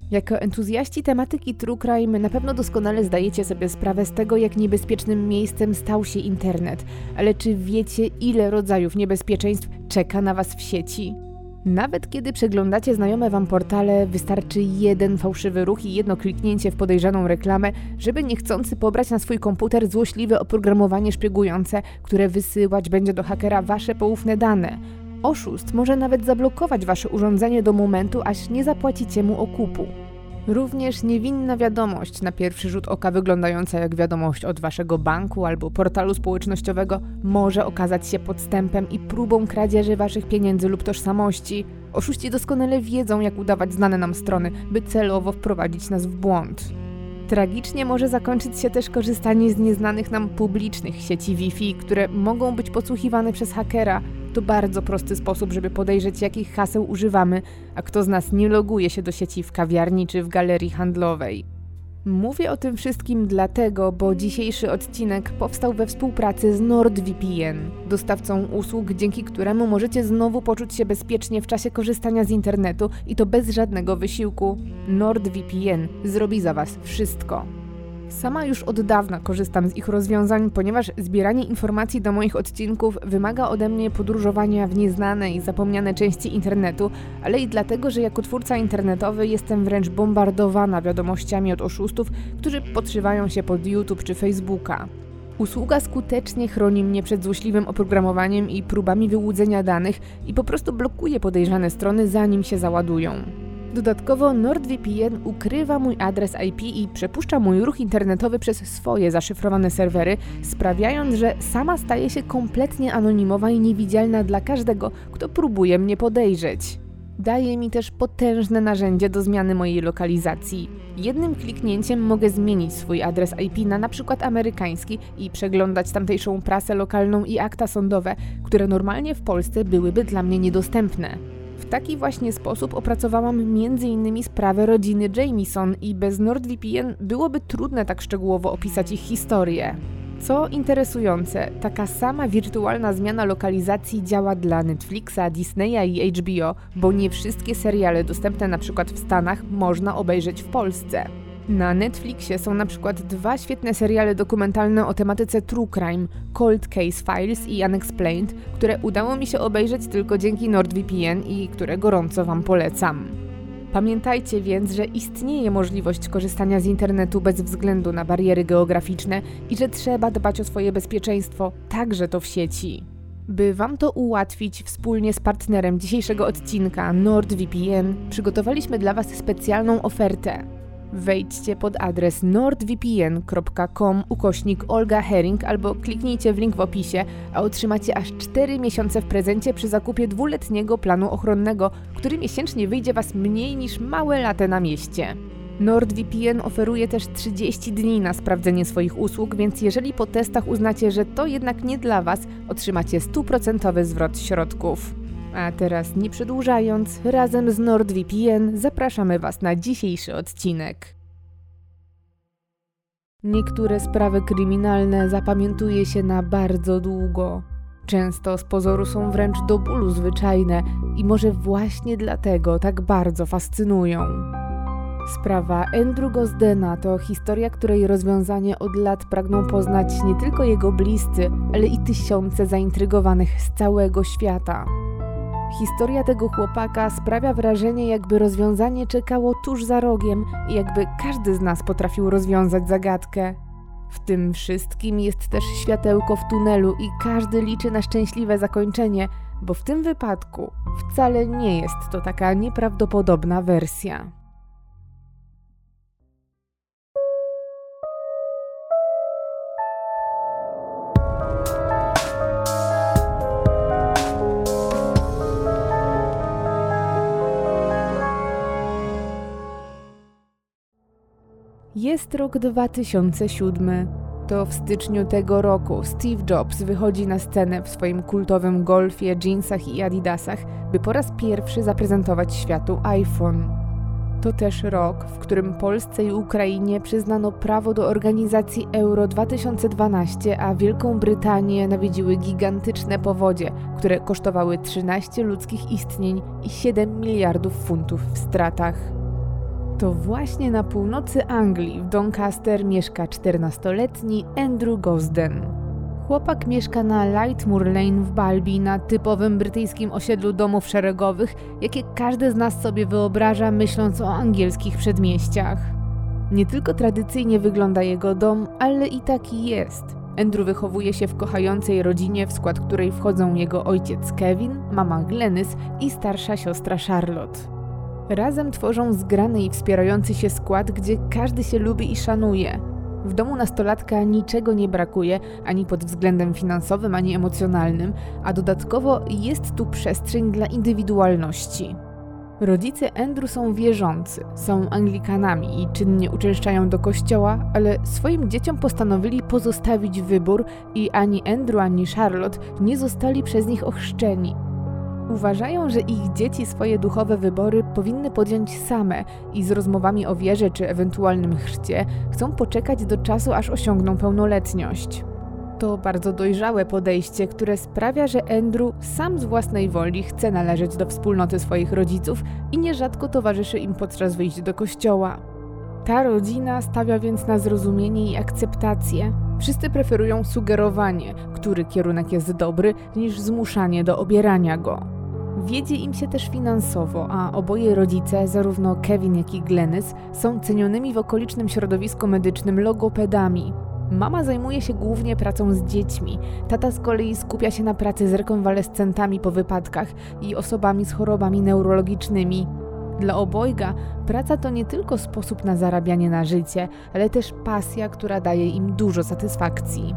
Jako entuzjaści tematyki True Crime na pewno doskonale zdajecie sobie sprawę z tego, jak niebezpiecznym miejscem stał się internet. Ale czy wiecie, ile rodzajów niebezpieczeństw czeka na was w sieci? Nawet kiedy przeglądacie znajome wam portale, wystarczy jeden fałszywy ruch i jedno kliknięcie w podejrzaną reklamę, żeby niechcący pobrać na swój komputer złośliwe oprogramowanie szpiegujące, które wysyłać będzie do hakera wasze poufne dane. Oszust może nawet zablokować wasze urządzenie do momentu, aż nie zapłacicie mu okupu. Również niewinna wiadomość, na pierwszy rzut oka wyglądająca jak wiadomość od waszego banku albo portalu społecznościowego, może okazać się podstępem i próbą kradzieży waszych pieniędzy lub tożsamości. Oszuści doskonale wiedzą, jak udawać znane nam strony, by celowo wprowadzić nas w błąd. Tragicznie może zakończyć się też korzystanie z nieznanych nam publicznych sieci Wi-Fi, które mogą być podsłuchiwane przez hakera. To bardzo prosty sposób, żeby podejrzeć, jakich haseł używamy, a kto z nas nie loguje się do sieci w kawiarni czy w galerii handlowej. Mówię o tym wszystkim dlatego, bo dzisiejszy odcinek powstał we współpracy z NordVPN, dostawcą usług, dzięki któremu możecie znowu poczuć się bezpiecznie w czasie korzystania z internetu i to bez żadnego wysiłku. NordVPN zrobi za was wszystko. Sama już od dawna korzystam z ich rozwiązań, ponieważ zbieranie informacji do moich odcinków wymaga ode mnie podróżowania w nieznane i zapomniane części internetu, ale i dlatego, że jako twórca internetowy jestem wręcz bombardowana wiadomościami od oszustów, którzy podszywają się pod YouTube czy Facebooka. Usługa skutecznie chroni mnie przed złośliwym oprogramowaniem i próbami wyłudzenia danych i po prostu blokuje podejrzane strony, zanim się załadują. Dodatkowo NordVPN ukrywa mój adres IP i przepuszcza mój ruch internetowy przez swoje zaszyfrowane serwery, sprawiając, że sama staje się kompletnie anonimowa i niewidzialna dla każdego, kto próbuje mnie podejrzeć. Daje mi też potężne narzędzie do zmiany mojej lokalizacji. Jednym kliknięciem mogę zmienić swój adres IP na przykład amerykański i przeglądać tamtejszą prasę lokalną i akta sądowe, które normalnie w Polsce byłyby dla mnie niedostępne. W taki właśnie sposób opracowałam m.in. sprawę rodziny Jamieson i bez NordVPN byłoby trudne tak szczegółowo opisać ich historię. Co interesujące, taka sama wirtualna zmiana lokalizacji działa dla Netflixa, Disneya i HBO, bo nie wszystkie seriale dostępne np. w Stanach można obejrzeć w Polsce. Na Netflixie są na przykład 2 świetne seriale dokumentalne o tematyce True Crime, Cold Case Files i Unexplained, które udało mi się obejrzeć tylko dzięki NordVPN i które gorąco wam polecam. Pamiętajcie więc, że istnieje możliwość korzystania z internetu bez względu na bariery geograficzne i że trzeba dbać o swoje bezpieczeństwo, także to w sieci. By wam to ułatwić, wspólnie z partnerem dzisiejszego odcinka NordVPN przygotowaliśmy dla was specjalną ofertę. Wejdźcie pod adres nordvpn.com/Olga Hering albo kliknijcie w link w opisie, a otrzymacie aż 4 miesiące w prezencie przy zakupie 2-letniego planu ochronnego, który miesięcznie wyjdzie was mniej niż małe latte na mieście. NordVPN oferuje też 30 dni na sprawdzenie swoich usług, więc jeżeli po testach uznacie, że to jednak nie dla was, otrzymacie 100% zwrot środków. A teraz nie przedłużając, razem z NordVPN zapraszamy was na dzisiejszy odcinek. Niektóre sprawy kryminalne zapamiętuje się na bardzo długo. Często z pozoru są wręcz do bólu zwyczajne i może właśnie dlatego tak bardzo fascynują. Sprawa Andrew Gosdena to historia, której rozwiązanie od lat pragną poznać nie tylko jego bliscy, ale i tysiące zaintrygowanych z całego świata. Historia tego chłopaka sprawia wrażenie, jakby rozwiązanie czekało tuż za rogiem i jakby każdy z nas potrafił rozwiązać zagadkę. W tym wszystkim jest też światełko w tunelu i każdy liczy na szczęśliwe zakończenie, bo w tym wypadku wcale nie jest to taka nieprawdopodobna wersja. Jest rok 2007. To w styczniu tego roku Steve Jobs wychodzi na scenę w swoim kultowym golfie, jeansach i adidasach, by po raz pierwszy zaprezentować światu iPhone. To też rok, w którym Polsce i Ukrainie przyznano prawo do organizacji Euro 2012, a Wielką Brytanię nawiedziły gigantyczne powodzie, które kosztowały 13 ludzkich istnień i 7 miliardów funtów w stratach. To właśnie na północy Anglii, w Doncaster, mieszka 14-letni Andrew Gosden. Chłopak mieszka na Lightmoor Lane w Balbi, na typowym brytyjskim osiedlu domów szeregowych, jakie każdy z nas sobie wyobraża, myśląc o angielskich przedmieściach. Nie tylko tradycyjnie wygląda jego dom, ale i taki jest. Andrew wychowuje się w kochającej rodzinie, w skład której wchodzą jego ojciec Kevin, mama Glenys i starsza siostra Charlotte. Razem tworzą zgrany i wspierający się skład, gdzie każdy się lubi i szanuje. W domu nastolatka niczego nie brakuje, ani pod względem finansowym, ani emocjonalnym, a dodatkowo jest tu przestrzeń dla indywidualności. Rodzice Andrew są wierzący, są Anglikanami i czynnie uczęszczają do kościoła, ale swoim dzieciom postanowili pozostawić wybór i ani Andrew, ani Charlotte nie zostali przez nich ochrzczeni. Uważają, że ich dzieci swoje duchowe wybory powinny podjąć same i z rozmowami o wierze czy ewentualnym chrzcie chcą poczekać do czasu, aż osiągną pełnoletność. To bardzo dojrzałe podejście, które sprawia, że Andrew sam z własnej woli chce należeć do wspólnoty swoich rodziców i nierzadko towarzyszy im podczas wyjść do kościoła. Ta rodzina stawia więc na zrozumienie i akceptację. Wszyscy preferują sugerowanie, który kierunek jest dobry, niż zmuszanie do obierania go. Wiedzie im się też finansowo, a oboje rodzice, zarówno Kevin jak i Glenys, są cenionymi w okolicznym środowisku medycznym logopedami. Mama zajmuje się głównie pracą z dziećmi, tata z kolei skupia się na pracy z rekonwalescentami po wypadkach i osobami z chorobami neurologicznymi. Dla obojga praca to nie tylko sposób na zarabianie na życie, ale też pasja, która daje im dużo satysfakcji.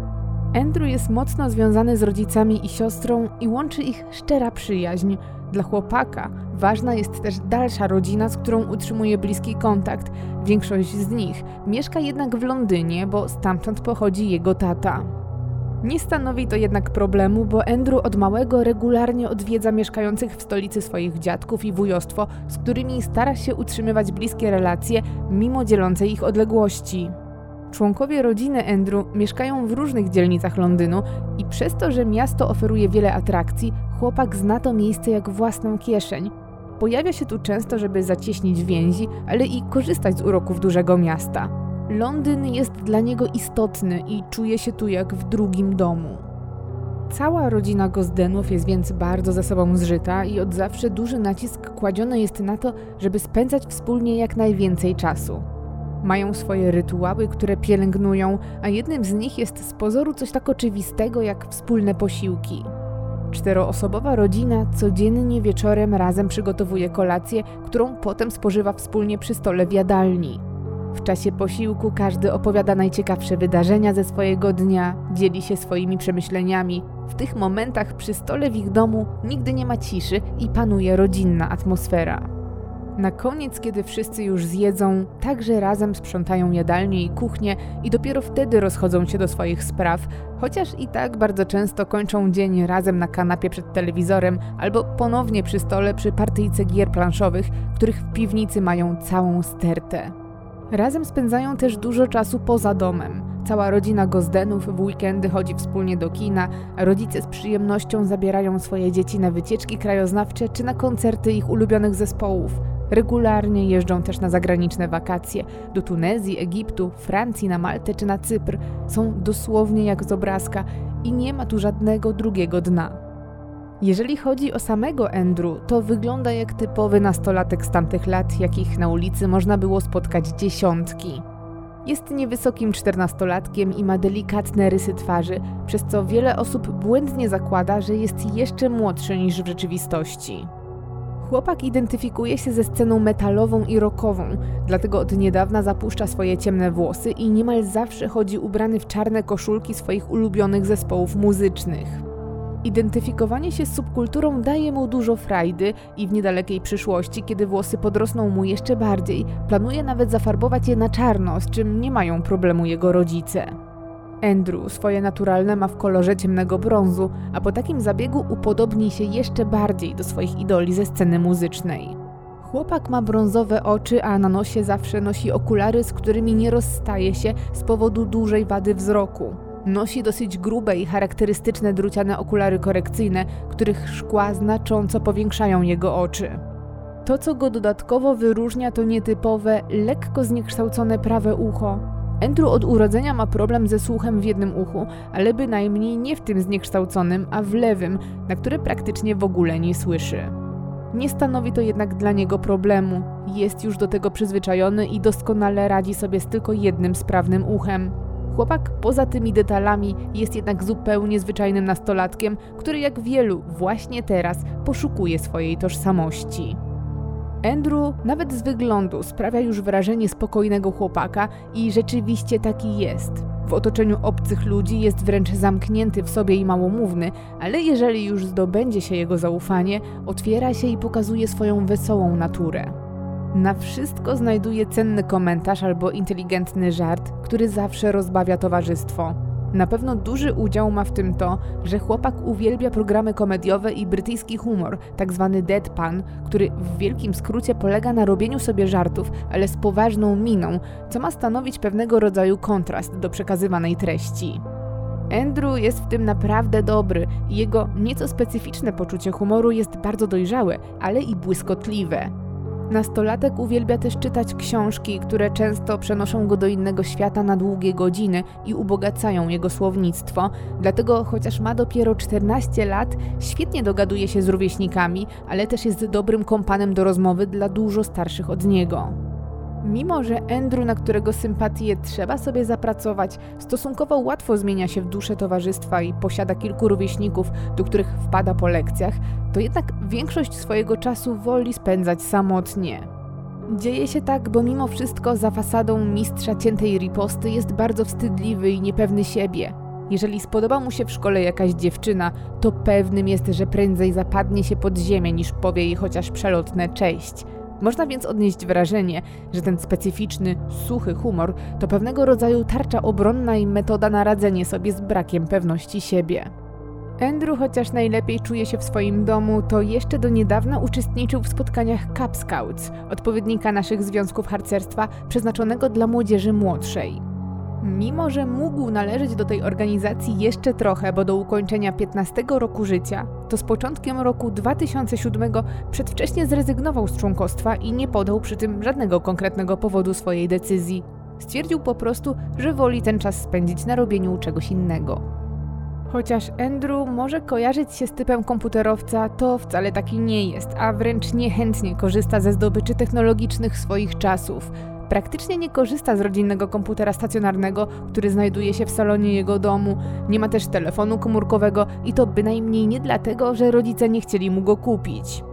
Andrew jest mocno związany z rodzicami i siostrą i łączy ich szczera przyjaźń. Dla chłopaka ważna jest też dalsza rodzina, z którą utrzymuje bliski kontakt. Większość z nich mieszka jednak w Londynie, bo stamtąd pochodzi jego tata. Nie stanowi to jednak problemu, bo Andrew od małego regularnie odwiedza mieszkających w stolicy swoich dziadków i wujostwo, z którymi stara się utrzymywać bliskie relacje, mimo dzielącej ich odległości. Członkowie rodziny Andrew mieszkają w różnych dzielnicach Londynu i przez to, że miasto oferuje wiele atrakcji, chłopak zna to miejsce jak własną kieszeń. Pojawia się tu często, żeby zacieśnić więzi, ale i korzystać z uroków dużego miasta. Londyn jest dla niego istotny i czuje się tu jak w drugim domu. Cała rodzina Gosdenów jest więc bardzo ze sobą zżyta i od zawsze duży nacisk kładziony jest na to, żeby spędzać wspólnie jak najwięcej czasu. Mają swoje rytuały, które pielęgnują, a jednym z nich jest z pozoru coś tak oczywistego jak wspólne posiłki. 4-osobowa rodzina codziennie wieczorem razem przygotowuje kolację, którą potem spożywa wspólnie przy stole w jadalni. W czasie posiłku każdy opowiada najciekawsze wydarzenia ze swojego dnia, dzieli się swoimi przemyśleniami. W tych momentach przy stole w ich domu nigdy nie ma ciszy i panuje rodzinna atmosfera. Na koniec, kiedy wszyscy już zjedzą, także razem sprzątają jadalnię i kuchnię i dopiero wtedy rozchodzą się do swoich spraw, chociaż i tak bardzo często kończą dzień razem na kanapie przed telewizorem albo ponownie przy stole przy partyjce gier planszowych, których w piwnicy mają całą stertę. Razem spędzają też dużo czasu poza domem. Cała rodzina Gosdenów w weekendy chodzi wspólnie do kina, a rodzice z przyjemnością zabierają swoje dzieci na wycieczki krajoznawcze czy na koncerty ich ulubionych zespołów. Regularnie jeżdżą też na zagraniczne wakacje do Tunezji, Egiptu, Francji, na Maltę czy na Cypr. Są dosłownie jak z obrazka i nie ma tu żadnego drugiego dna. Jeżeli chodzi o samego Andrew, to wygląda jak typowy nastolatek z tamtych lat, jakich na ulicy można było spotkać dziesiątki. Jest niewysokim 14-latkiem i ma delikatne rysy twarzy, przez co wiele osób błędnie zakłada, że jest jeszcze młodszy niż w rzeczywistości. Chłopak identyfikuje się ze sceną metalową i rockową, dlatego od niedawna zapuszcza swoje ciemne włosy i niemal zawsze chodzi ubrany w czarne koszulki swoich ulubionych zespołów muzycznych. Identyfikowanie się z subkulturą daje mu dużo frajdy i w niedalekiej przyszłości, kiedy włosy podrosną mu jeszcze bardziej, planuje nawet zafarbować je na czarno, z czym nie mają problemu jego rodzice. Andrew swoje naturalne ma w kolorze ciemnego brązu, a po takim zabiegu upodobni się jeszcze bardziej do swoich idoli ze sceny muzycznej. Chłopak ma brązowe oczy, a na nosie zawsze nosi okulary, z którymi nie rozstaje się z powodu dużej wady wzroku. Nosi dosyć grube i charakterystyczne druciane okulary korekcyjne, których szkła znacząco powiększają jego oczy. To, co go dodatkowo wyróżnia, to nietypowe, lekko zniekształcone prawe ucho. Andrew od urodzenia ma problem ze słuchem w jednym uchu, ale bynajmniej nie w tym zniekształconym, a w lewym, na które praktycznie w ogóle nie słyszy. Nie stanowi to jednak dla niego problemu. Jest już do tego przyzwyczajony i doskonale radzi sobie z tylko jednym sprawnym uchem. Chłopak poza tymi detalami jest jednak zupełnie zwyczajnym nastolatkiem, który jak wielu właśnie teraz poszukuje swojej tożsamości. Andrew nawet z wyglądu sprawia już wrażenie spokojnego chłopaka i rzeczywiście taki jest. W otoczeniu obcych ludzi jest wręcz zamknięty w sobie i małomówny, ale jeżeli już zdobędzie się jego zaufanie, otwiera się i pokazuje swoją wesołą naturę. Na wszystko znajduje cenny komentarz albo inteligentny żart, który zawsze rozbawia towarzystwo. Na pewno duży udział ma w tym to, że chłopak uwielbia programy komediowe i brytyjski humor, tak zwany deadpan, który w wielkim skrócie polega na robieniu sobie żartów, ale z poważną miną, co ma stanowić pewnego rodzaju kontrast do przekazywanej treści. Andrew jest w tym naprawdę dobry i jego nieco specyficzne poczucie humoru jest bardzo dojrzałe, ale i błyskotliwe. Nastolatek uwielbia też czytać książki, które często przenoszą go do innego świata na długie godziny i ubogacają jego słownictwo, dlatego chociaż ma dopiero 14 lat, świetnie dogaduje się z rówieśnikami, ale też jest dobrym kompanem do rozmowy dla dużo starszych od niego. Mimo że Andrew, na którego sympatię trzeba sobie zapracować, stosunkowo łatwo zmienia się w duszę towarzystwa i posiada kilku rówieśników, do których wpada po lekcjach, to jednak większość swojego czasu woli spędzać samotnie. Dzieje się tak, bo mimo wszystko za fasadą mistrza ciętej riposty jest bardzo wstydliwy i niepewny siebie. Jeżeli spodoba mu się w szkole jakaś dziewczyna, to pewnym jest, że prędzej zapadnie się pod ziemię niż powie jej chociaż przelotne cześć. Można więc odnieść wrażenie, że ten specyficzny, suchy humor to pewnego rodzaju tarcza obronna i metoda na radzenie sobie z brakiem pewności siebie. Andrew, chociaż najlepiej czuje się w swoim domu, to jeszcze do niedawna uczestniczył w spotkaniach Cub Scouts, odpowiednika naszych związków harcerstwa przeznaczonego dla młodzieży młodszej. Mimo że mógł należeć do tej organizacji jeszcze trochę, bo do ukończenia 15 roku życia, to z początkiem roku 2007 przedwcześnie zrezygnował z członkostwa i nie podał przy tym żadnego konkretnego powodu swojej decyzji. Stwierdził po prostu, że woli ten czas spędzić na robieniu czegoś innego. Chociaż Andrew może kojarzyć się z typem komputerowca, to wcale taki nie jest, a wręcz niechętnie korzysta ze zdobyczy technologicznych swoich czasów. Praktycznie nie korzysta z rodzinnego komputera stacjonarnego, który znajduje się w salonie jego domu. Nie ma też telefonu komórkowego i to bynajmniej nie dlatego, że rodzice nie chcieli mu go kupić.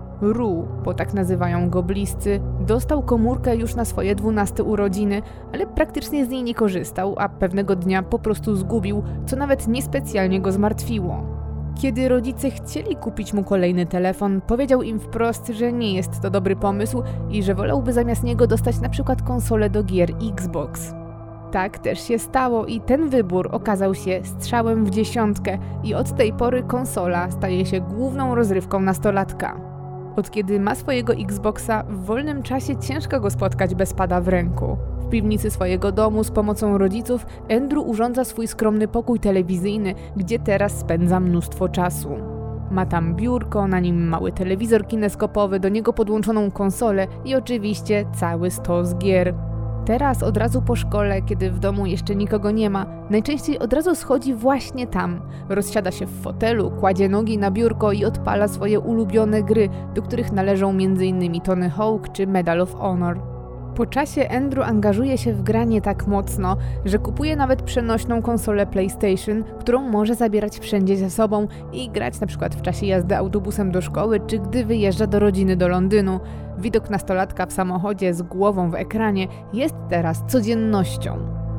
Ru, bo tak nazywają go bliscy, dostał komórkę już na swoje 12 urodziny, ale praktycznie z niej nie korzystał, a pewnego dnia po prostu zgubił, co nawet niespecjalnie go zmartwiło. Kiedy rodzice chcieli kupić mu kolejny telefon, powiedział im wprost, że nie jest to dobry pomysł i że wolałby zamiast niego dostać na przykład konsolę do gier Xbox. Tak też się stało i ten wybór okazał się strzałem w dziesiątkę i od tej pory konsola staje się główną rozrywką nastolatka. Od kiedy ma swojego Xboxa, w wolnym czasie ciężko go spotkać bez pada w ręku. W piwnicy swojego domu z pomocą rodziców Andrew urządza swój skromny pokój telewizyjny, gdzie teraz spędza mnóstwo czasu. Ma tam biurko, na nim mały telewizor kineskopowy, do niego podłączoną konsolę i oczywiście cały stos gier. Teraz od razu po szkole, kiedy w domu jeszcze nikogo nie ma, najczęściej od razu schodzi właśnie tam. Rozsiada się w fotelu, kładzie nogi na biurko i odpala swoje ulubione gry, do których należą m.in. Tony Hawk czy Medal of Honor. Po czasie Andrew angażuje się w granie tak mocno, że kupuje nawet przenośną konsolę PlayStation, którą może zabierać wszędzie ze sobą i grać na przykład w czasie jazdy autobusem do szkoły, czy gdy wyjeżdża do rodziny do Londynu. Widok nastolatka w samochodzie z głową w ekranie jest teraz codziennością.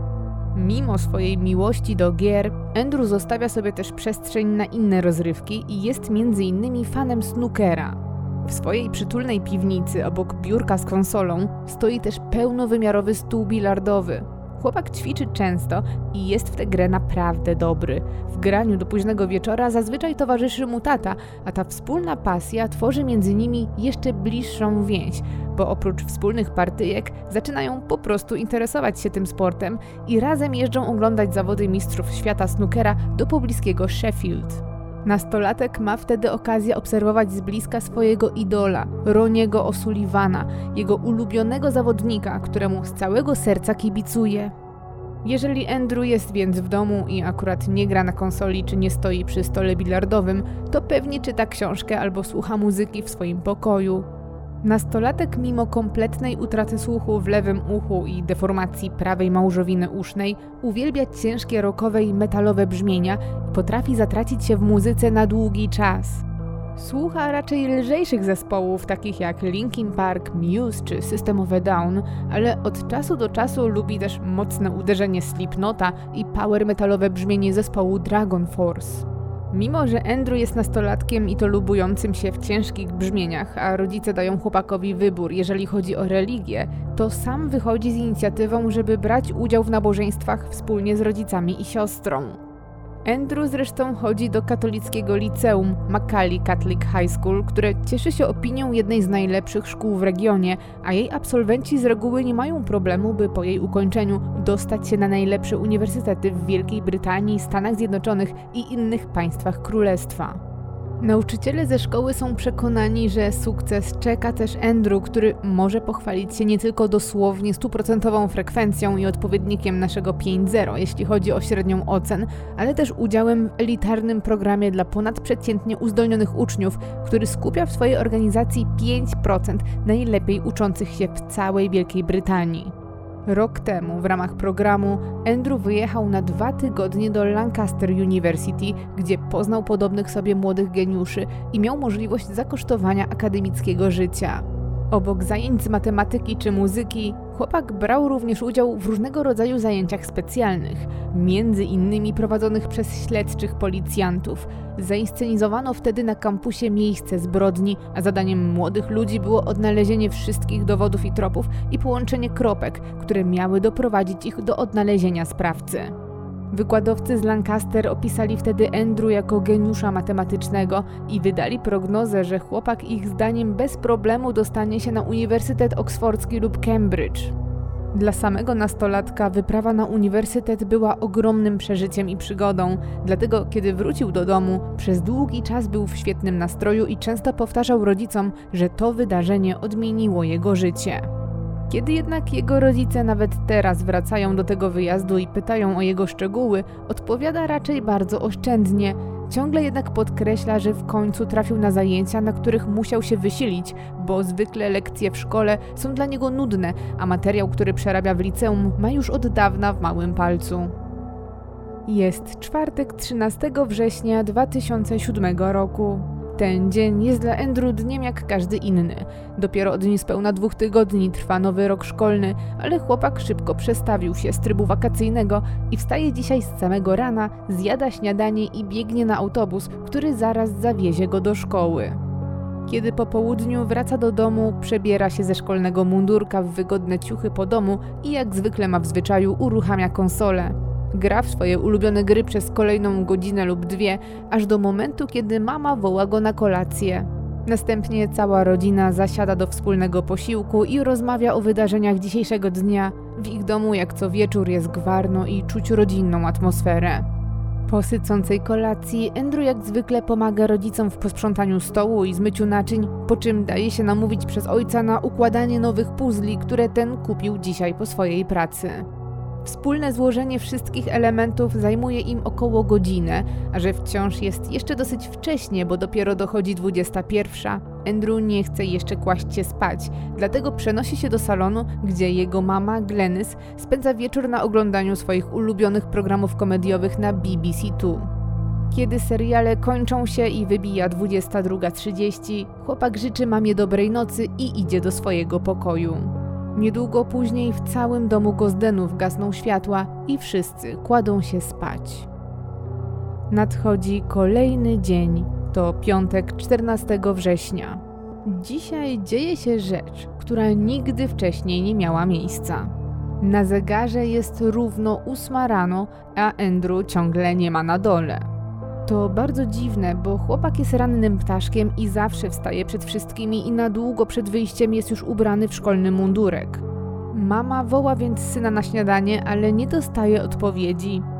Mimo swojej miłości do gier, Andrew zostawia sobie też przestrzeń na inne rozrywki i jest m.in. fanem snookera. W swojej przytulnej piwnicy obok biurka z konsolą stoi też pełnowymiarowy stół bilardowy. Chłopak ćwiczy często i jest w tę grę naprawdę dobry. W graniu do późnego wieczora zazwyczaj towarzyszy mu tata, a ta wspólna pasja tworzy między nimi jeszcze bliższą więź, bo oprócz wspólnych partyjek zaczynają po prostu interesować się tym sportem i razem jeżdżą oglądać zawody mistrzów świata snookera do pobliskiego Sheffield. Nastolatek ma wtedy okazję obserwować z bliska swojego idola, Roniego O'Sullivana, jego ulubionego zawodnika, któremu z całego serca kibicuje. Jeżeli Andrew jest więc w domu i akurat nie gra na konsoli czy nie stoi przy stole bilardowym, to pewnie czyta książkę albo słucha muzyki w swoim pokoju. Nastolatek mimo kompletnej utraty słuchu w lewym uchu i deformacji prawej małżowiny usznej uwielbia ciężkie rockowe i metalowe brzmienia i potrafi zatracić się w muzyce na długi czas. Słucha raczej lżejszych zespołów takich jak Linkin Park, Muse czy System of a Down, ale od czasu do czasu lubi też mocne uderzenie Slipknota i power metalowe brzmienie zespołu Dragon Force. Mimo że Andrew jest nastolatkiem i to lubującym się w ciężkich brzmieniach, a rodzice dają chłopakowi wybór, jeżeli chodzi o religię, to sam wychodzi z inicjatywą, żeby brać udział w nabożeństwach wspólnie z rodzicami i siostrą. Andrew zresztą chodzi do katolickiego liceum Macaulay Catholic High School, które cieszy się opinią jednej z najlepszych szkół w regionie, a jej absolwenci z reguły nie mają problemu, by po jej ukończeniu dostać się na najlepsze uniwersytety w Wielkiej Brytanii, Stanach Zjednoczonych i innych państwach królestwa. Nauczyciele ze szkoły są przekonani, że sukces czeka też Andrew, który może pochwalić się nie tylko dosłownie 100% frekwencją i odpowiednikiem naszego 5.0, jeśli chodzi o średnią ocen, ale też udziałem w elitarnym programie dla ponadprzeciętnie uzdolnionych uczniów, który skupia w swojej organizacji 5% najlepiej uczących się w całej Wielkiej Brytanii. Rok temu w ramach programu Andrew wyjechał na 2 tygodnie do Lancaster University, gdzie poznał podobnych sobie młodych geniuszy i miał możliwość zakosztowania akademickiego życia. Obok zajęć z matematyki czy muzyki, chłopak brał również udział w różnego rodzaju zajęciach specjalnych, między innymi prowadzonych przez śledczych policjantów. Zainscenizowano wtedy na kampusie miejsce zbrodni, a zadaniem młodych ludzi było odnalezienie wszystkich dowodów i tropów i połączenie kropek, które miały doprowadzić ich do odnalezienia sprawcy. Wykładowcy z Lancaster opisali wtedy Andrew jako geniusza matematycznego i wydali prognozę, że chłopak ich zdaniem bez problemu dostanie się na Uniwersytet Oksfordzki lub Cambridge. Dla samego nastolatka wyprawa na uniwersytet była ogromnym przeżyciem i przygodą, dlatego kiedy wrócił do domu, przez długi czas był w świetnym nastroju i często powtarzał rodzicom, że to wydarzenie odmieniło jego życie. Kiedy jednak jego rodzice nawet teraz wracają do tego wyjazdu i pytają o jego szczegóły, odpowiada raczej bardzo oszczędnie. Ciągle jednak podkreśla, że w końcu trafił na zajęcia, na których musiał się wysilić, bo zwykle lekcje w szkole są dla niego nudne, a materiał, który przerabia w liceum, ma już od dawna w małym palcu. Jest czwartek 13 września 2007 roku. Ten dzień jest dla Andrew dniem jak każdy inny. Dopiero od niespełna 2 tygodni trwa nowy rok szkolny, ale chłopak szybko przestawił się z trybu wakacyjnego i wstaje dzisiaj z samego rana, zjada śniadanie i biegnie na autobus, który zaraz zawiezie go do szkoły. Kiedy po południu wraca do domu, przebiera się ze szkolnego mundurka w wygodne ciuchy po domu i jak zwykle ma w zwyczaju uruchamia konsolę. Gra w swoje ulubione gry przez kolejną godzinę lub 2, aż do momentu, kiedy mama woła go na kolację. Następnie cała rodzina zasiada do wspólnego posiłku i rozmawia o wydarzeniach dzisiejszego dnia. W ich domu jak co wieczór jest gwarno i czuć rodzinną atmosferę. Po sycącej kolacji Andrew jak zwykle pomaga rodzicom w posprzątaniu stołu i zmyciu naczyń, po czym daje się namówić przez ojca na układanie nowych puzli, które ten kupił dzisiaj po swojej pracy. Wspólne złożenie wszystkich elementów zajmuje im około godzinę, a że wciąż jest jeszcze dosyć wcześnie, bo dopiero dochodzi 21, Andrew nie chce jeszcze kłaść się spać, dlatego przenosi się do salonu, gdzie jego mama, Glenys, spędza wieczór na oglądaniu swoich ulubionych programów komediowych na BBC 2. Kiedy seriale kończą się i wybija 22:30, chłopak życzy mamie dobrej nocy i idzie do swojego pokoju. Niedługo później w całym domu Gosdenów gasną światła i wszyscy kładą się spać. Nadchodzi kolejny dzień, to piątek 14 września. Dzisiaj dzieje się rzecz, która nigdy wcześniej nie miała miejsca. Na zegarze jest równo 8 rano, a Andrew ciągle nie ma na dole. To bardzo dziwne, bo chłopak jest rannym ptaszkiem i zawsze wstaje przed wszystkimi i na długo przed wyjściem jest już ubrany w szkolny mundurek. Mama woła więc syna na śniadanie, ale nie dostaje odpowiedzi.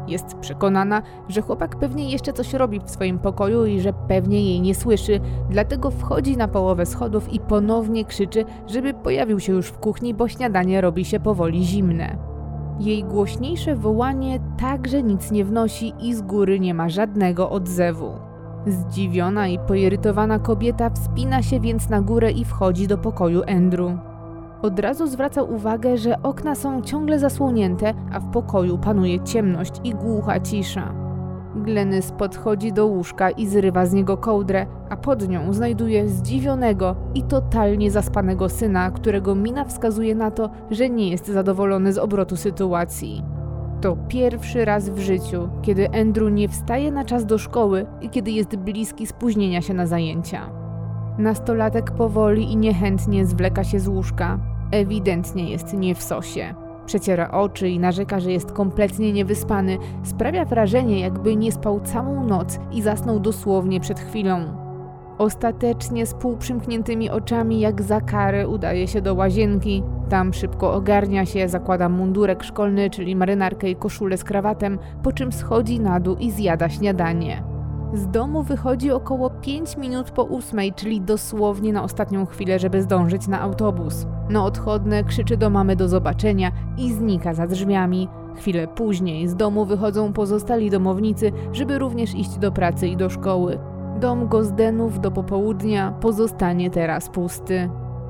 Jest przekonana, że chłopak pewnie jeszcze coś robi w swoim pokoju i że pewnie jej nie słyszy, dlatego wchodzi na połowę schodów i ponownie krzyczy, żeby pojawił się już w kuchni, bo śniadanie robi się powoli zimne. Jej głośniejsze wołanie także nic nie wnosi i z góry nie ma żadnego odzewu. Zdziwiona i poirytowana kobieta wspina się więc na górę i wchodzi do pokoju Andrew. Od razu zwraca uwagę, że okna są ciągle zasłonięte, a w pokoju panuje ciemność i głucha cisza. Glenys podchodzi do łóżka i zrywa z niego kołdrę, a pod nią znajduje zdziwionego i totalnie zaspanego syna, którego mina wskazuje na to, że nie jest zadowolony z obrotu sytuacji. To pierwszy raz w życiu, kiedy Andrew nie wstaje na czas do szkoły i kiedy jest bliski spóźnienia się na zajęcia. Nastolatek powoli i niechętnie zwleka się z łóżka. Ewidentnie jest nie w sosie. Przeciera oczy i narzeka, że jest kompletnie niewyspany. Sprawia wrażenie, jakby nie spał całą noc i zasnął dosłownie przed chwilą. Ostatecznie z półprzymkniętymi oczami jak za karę udaje się do łazienki. Tam szybko ogarnia się, zakłada mundurek szkolny, czyli marynarkę i koszulę z krawatem, po czym schodzi na dół i zjada śniadanie. Z domu wychodzi około 5 minut po 8, czyli dosłownie na ostatnią chwilę, żeby zdążyć na autobus. Na odchodne krzyczy do mamy do zobaczenia i znika za drzwiami. Chwilę później z domu wychodzą pozostali domownicy, żeby również iść do pracy i do szkoły. Dom Gosdenów do popołudnia pozostanie teraz pusty.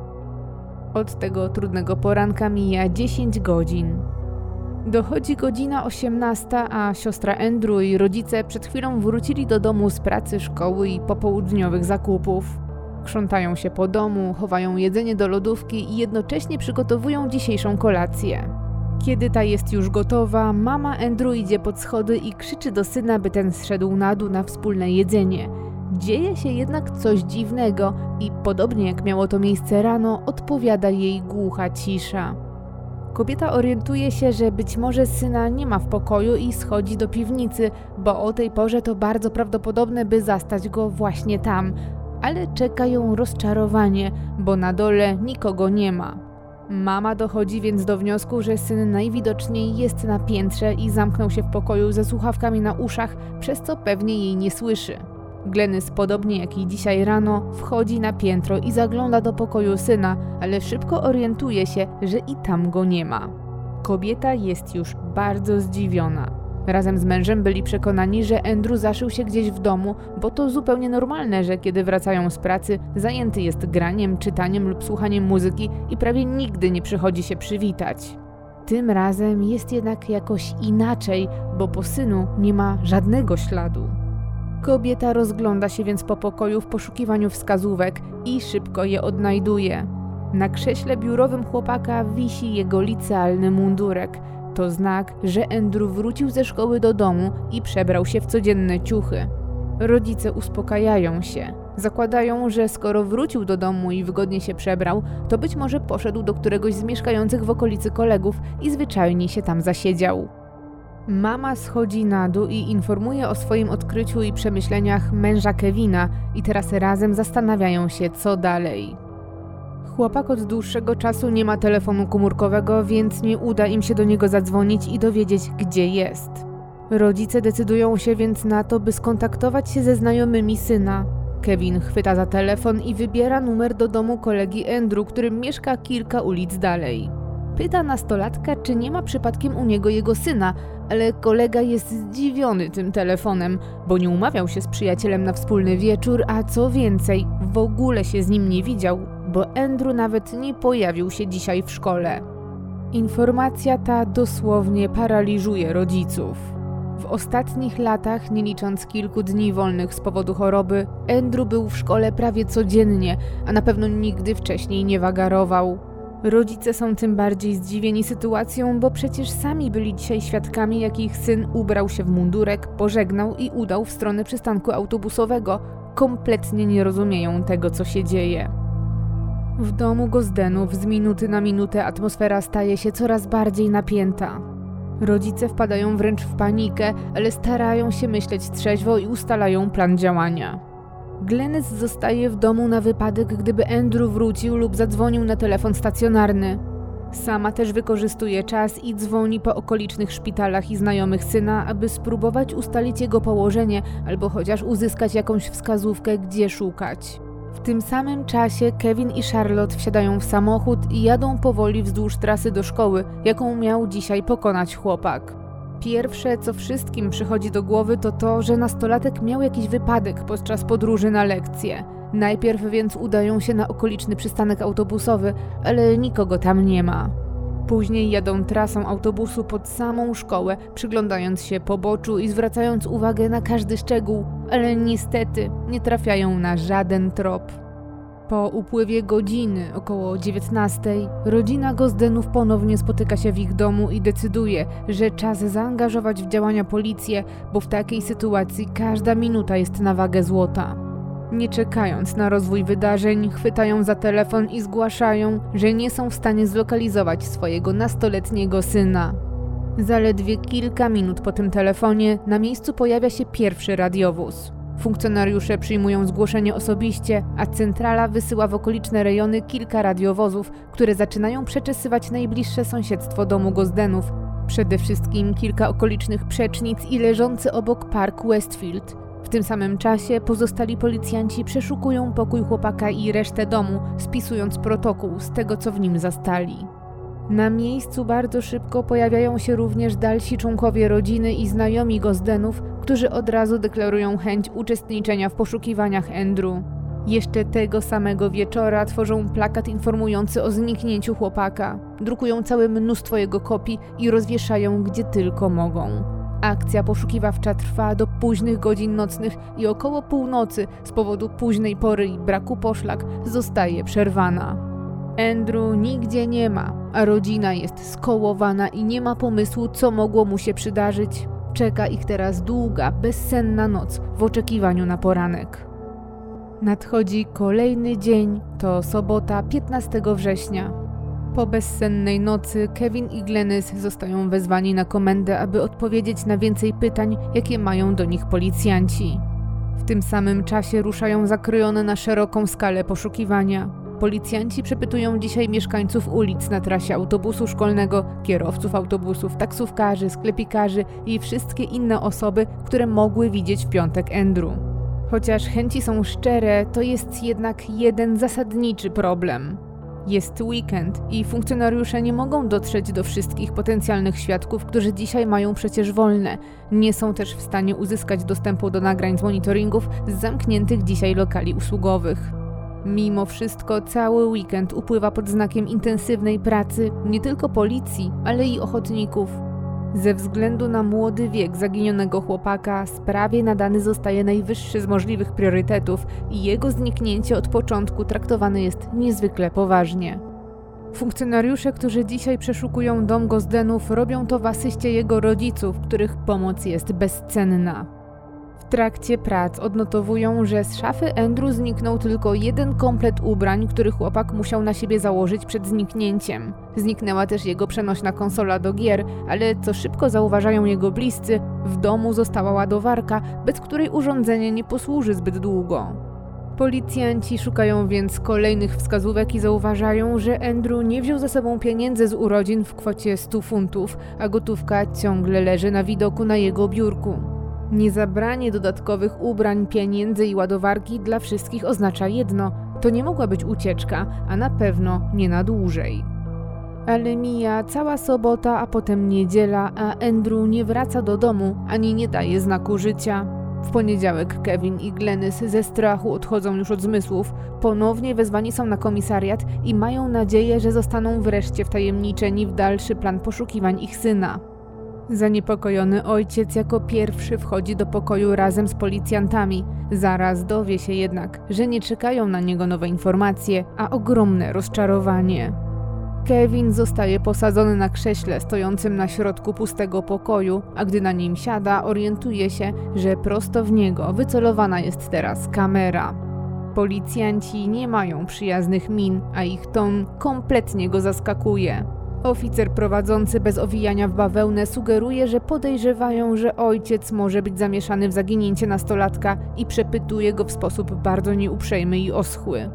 Od tego trudnego poranka mija 10 godzin. Dochodzi godzina 18, a siostra Andrew i rodzice przed chwilą wrócili do domu z pracy, szkoły i popołudniowych zakupów. Krzątają się po domu, chowają jedzenie do lodówki i jednocześnie przygotowują dzisiejszą kolację. Kiedy ta jest już gotowa, mama Andrew idzie pod schody i krzyczy do syna, by ten zszedł na dół na wspólne jedzenie. Dzieje się jednak coś dziwnego i podobnie jak miało to miejsce rano, odpowiada jej głucha cisza. Kobieta orientuje się, że być może syna nie ma w pokoju i schodzi do piwnicy, bo o tej porze to bardzo prawdopodobne, by zastać go właśnie tam. Ale czeka ją rozczarowanie, bo na dole nikogo nie ma. Mama dochodzi więc do wniosku, że syn najwidoczniej jest na piętrze i zamknął się w pokoju ze słuchawkami na uszach, przez co pewnie jej nie słyszy. Glenys, podobnie jak i dzisiaj rano, wchodzi na piętro i zagląda do pokoju syna, ale szybko orientuje się, że i tam go nie ma. Kobieta jest już bardzo zdziwiona. Razem z mężem byli przekonani, że Andrew zaszył się gdzieś w domu, bo to zupełnie normalne, że kiedy wracają z pracy, zajęty jest graniem, czytaniem lub słuchaniem muzyki i prawie nigdy nie przychodzi się przywitać. Tym razem jest jednak jakoś inaczej, bo po synu nie ma żadnego śladu. Kobieta rozgląda się więc po pokoju w poszukiwaniu wskazówek i szybko je odnajduje. Na krześle biurowym chłopaka wisi jego licealny mundurek. To znak, że Andrew wrócił ze szkoły do domu i przebrał się w codzienne ciuchy. Rodzice uspokajają się. Zakładają, że skoro wrócił do domu i wygodnie się przebrał, to być może poszedł do któregoś z mieszkających w okolicy kolegów i zwyczajnie się tam zasiedział. Mama schodzi na dół i informuje o swoim odkryciu i przemyśleniach męża Kevina i teraz razem zastanawiają się, co dalej. Chłopak od dłuższego czasu nie ma telefonu komórkowego, więc nie uda im się do niego zadzwonić i dowiedzieć, gdzie jest. Rodzice decydują się więc na to, by skontaktować się ze znajomymi syna. Kevin chwyta za telefon i wybiera numer do domu kolegi Andrew, który mieszka kilka ulic dalej. Pyta nastolatka, czy nie ma przypadkiem u niego jego syna, ale kolega jest zdziwiony tym telefonem, bo nie umawiał się z przyjacielem na wspólny wieczór, a co więcej, w ogóle się z nim nie widział, bo Andrew nawet nie pojawił się dzisiaj w szkole. Informacja ta dosłownie paraliżuje rodziców. W ostatnich latach, nie licząc kilku dni wolnych z powodu choroby, Andrew był w szkole prawie codziennie, a na pewno nigdy wcześniej nie wagarował. Rodzice są tym bardziej zdziwieni sytuacją, bo przecież sami byli dzisiaj świadkami, jak ich syn ubrał się w mundurek, pożegnał i udał w stronę przystanku autobusowego. Kompletnie nie rozumieją tego, co się dzieje. W domu Gosdenów z minuty na minutę atmosfera staje się coraz bardziej napięta. Rodzice wpadają wręcz w panikę, ale starają się myśleć trzeźwo i ustalają plan działania. Glenys zostaje w domu na wypadek, gdyby Andrew wrócił lub zadzwonił na telefon stacjonarny. Sama też wykorzystuje czas i dzwoni po okolicznych szpitalach i znajomych syna, aby spróbować ustalić jego położenie albo chociaż uzyskać jakąś wskazówkę, gdzie szukać. W tym samym czasie Kevin i Charlotte wsiadają w samochód i jadą powoli wzdłuż trasy do szkoły, jaką miał dzisiaj pokonać chłopak. Pierwsze, co wszystkim przychodzi do głowy, to to, że nastolatek miał jakiś wypadek podczas podróży na lekcję. Najpierw więc udają się na okoliczny przystanek autobusowy, ale nikogo tam nie ma. Później jadą trasą autobusu pod samą szkołę, przyglądając się poboczu i zwracając uwagę na każdy szczegół, ale niestety nie trafiają na żaden trop. Po upływie godziny, około 19:00, rodzina Gosdenów ponownie spotyka się w ich domu i decyduje, że czas zaangażować w działania policję, bo w takiej sytuacji każda minuta jest na wagę złota. Nie czekając na rozwój wydarzeń, chwytają za telefon i zgłaszają, że nie są w stanie zlokalizować swojego nastoletniego syna. Zaledwie kilka minut po tym telefonie na miejscu pojawia się pierwszy radiowóz. Funkcjonariusze przyjmują zgłoszenie osobiście, a centrala wysyła w okoliczne rejony kilka radiowozów, które zaczynają przeczesywać najbliższe sąsiedztwo domu Gosdenów. Przede wszystkim kilka okolicznych przecznic i leżący obok park Westfield. W tym samym czasie pozostali policjanci przeszukują pokój chłopaka i resztę domu, spisując protokół z tego, co w nim zastali. Na miejscu bardzo szybko pojawiają się również dalsi członkowie rodziny i znajomi Gosdenów, którzy od razu deklarują chęć uczestniczenia w poszukiwaniach Andrew. Jeszcze tego samego wieczora tworzą plakat informujący o zniknięciu chłopaka, drukują całe mnóstwo jego kopii i rozwieszają gdzie tylko mogą. Akcja poszukiwawcza trwa do późnych godzin nocnych i około północy z powodu późnej pory i braku poszlak zostaje przerwana. Andrew nigdzie nie ma, a rodzina jest skołowana i nie ma pomysłu, co mogło mu się przydarzyć. Czeka ich teraz długa, bezsenna noc w oczekiwaniu na poranek. Nadchodzi kolejny dzień, to sobota 15 września. Po bezsennej nocy Kevin i Glenys zostają wezwani na komendę, aby odpowiedzieć na więcej pytań, jakie mają do nich policjanci. W tym samym czasie ruszają zakrojone na szeroką skalę poszukiwania. Policjanci przepytują dzisiaj mieszkańców ulic na trasie autobusu szkolnego, kierowców autobusów, taksówkarzy, sklepikarzy i wszystkie inne osoby, które mogły widzieć w piątek Andrew. Chociaż chęci są szczere, to jest jednak jeden zasadniczy problem. Jest weekend i funkcjonariusze nie mogą dotrzeć do wszystkich potencjalnych świadków, którzy dzisiaj mają przecież wolne. Nie są też w stanie uzyskać dostępu do nagrań z monitoringów z zamkniętych dzisiaj lokali usługowych. Mimo wszystko cały weekend upływa pod znakiem intensywnej pracy nie tylko policji, ale i ochotników. Ze względu na młody wiek zaginionego chłopaka sprawie nadany zostaje najwyższy z możliwych priorytetów i jego zniknięcie od początku traktowane jest niezwykle poważnie. Funkcjonariusze, którzy dzisiaj przeszukują dom Gosdenów, robią to w asyście jego rodziców, których pomoc jest bezcenna. W trakcie prac odnotowują, że z szafy Andrew zniknął tylko jeden komplet ubrań, który chłopak musiał na siebie założyć przed zniknięciem. Zniknęła też jego przenośna konsola do gier, ale co szybko zauważają jego bliscy, w domu została ładowarka, bez której urządzenie nie posłuży zbyt długo. Policjanci szukają więc kolejnych wskazówek i zauważają, że Andrew nie wziął ze sobą pieniędzy z urodzin w kwocie 100 funtów, a gotówka ciągle leży na widoku na jego biurku. Niezabranie dodatkowych ubrań, pieniędzy i ładowarki dla wszystkich oznacza jedno: to nie mogła być ucieczka, a na pewno nie na dłużej. Ale mija cała sobota, a potem niedziela, a Andrew nie wraca do domu, ani nie daje znaku życia. W poniedziałek Kevin i Glenys ze strachu odchodzą już od zmysłów, ponownie wezwani są na komisariat i mają nadzieję, że zostaną wreszcie wtajemniczeni w dalszy plan poszukiwań ich syna. Zaniepokojony ojciec jako pierwszy wchodzi do pokoju razem z policjantami. Zaraz dowie się jednak, że nie czekają na niego nowe informacje, a ogromne rozczarowanie. Kevin zostaje posadzony na krześle stojącym na środku pustego pokoju, a gdy na nim siada, orientuje się, że prosto w niego wycelowana jest teraz kamera. Policjanci nie mają przyjaznych min, a ich ton kompletnie go zaskakuje. Oficer prowadzący bez owijania w bawełnę sugeruje, że podejrzewają, że ojciec może być zamieszany w zaginięcie nastolatka i przepytuje go w sposób bardzo nieuprzejmy i oschły.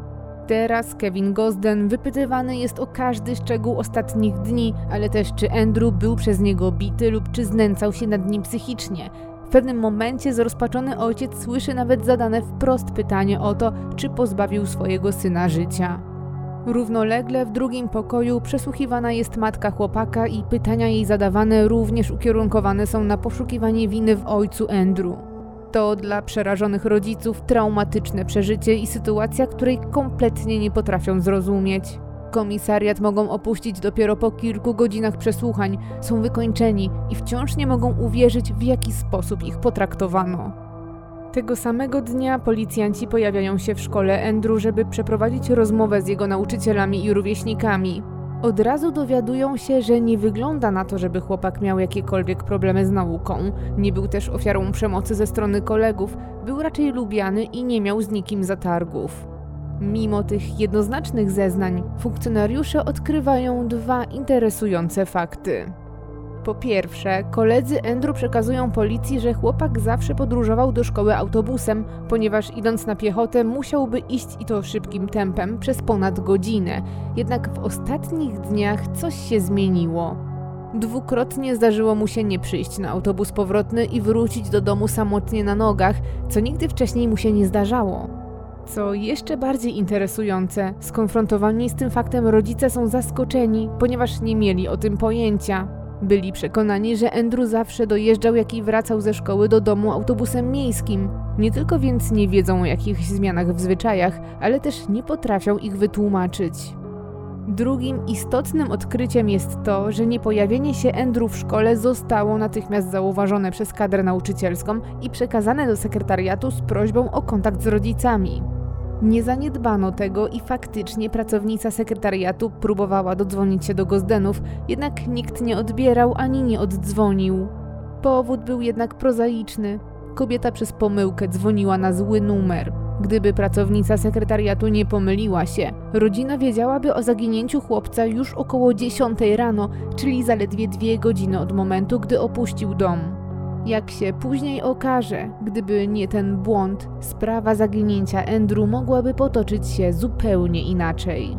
Teraz Kevin Gosden wypytywany jest o każdy szczegół ostatnich dni, ale też czy Andrew był przez niego bity lub czy znęcał się nad nim psychicznie. W pewnym momencie zrozpaczony ojciec słyszy nawet zadane wprost pytanie o to, czy pozbawił swojego syna życia. Równolegle w drugim pokoju przesłuchiwana jest matka chłopaka i pytania jej zadawane również ukierunkowane są na poszukiwanie winy w ojcu Andrew. To dla przerażonych rodziców traumatyczne przeżycie i sytuacja, której kompletnie nie potrafią zrozumieć. Komisariat mogą opuścić dopiero po kilku godzinach przesłuchań, są wykończeni i wciąż nie mogą uwierzyć, w jaki sposób ich potraktowano. Tego samego dnia policjanci pojawiają się w szkole Andrew, żeby przeprowadzić rozmowę z jego nauczycielami i rówieśnikami. Od razu dowiadują się, że nie wygląda na to, żeby chłopak miał jakiekolwiek problemy z nauką. Nie był też ofiarą przemocy ze strony kolegów, był raczej lubiany i nie miał z nikim zatargów. Mimo tych jednoznacznych zeznań, funkcjonariusze odkrywają dwa interesujące fakty. Po pierwsze, koledzy Andrew przekazują policji, że chłopak zawsze podróżował do szkoły autobusem, ponieważ idąc na piechotę musiałby iść i to szybkim tempem przez ponad godzinę. Jednak w ostatnich dniach coś się zmieniło. Dwukrotnie zdarzyło mu się nie przyjść na autobus powrotny i wrócić do domu samotnie na nogach, co nigdy wcześniej mu się nie zdarzało. Co jeszcze bardziej interesujące, skonfrontowani z tym faktem rodzice są zaskoczeni, ponieważ nie mieli o tym pojęcia. Byli przekonani, że Andrew zawsze dojeżdżał, jak i wracał ze szkoły do domu autobusem miejskim. Nie tylko więc nie wiedzą o jakichś zmianach w zwyczajach, ale też nie potrafią ich wytłumaczyć. Drugim istotnym odkryciem jest to, że niepojawienie się Andrew w szkole zostało natychmiast zauważone przez kadrę nauczycielską i przekazane do sekretariatu z prośbą o kontakt z rodzicami. Nie zaniedbano tego i faktycznie pracownica sekretariatu próbowała dodzwonić się do Gosdenów, jednak nikt nie odbierał ani nie oddzwonił. Powód był jednak prozaiczny. Kobieta przez pomyłkę dzwoniła na zły numer. Gdyby pracownica sekretariatu nie pomyliła się, rodzina wiedziałaby o zaginięciu chłopca już około 10 rano, czyli zaledwie 2 godziny od momentu, gdy opuścił dom. Jak się później okaże, gdyby nie ten błąd, sprawa zaginięcia Andrew mogłaby potoczyć się zupełnie inaczej.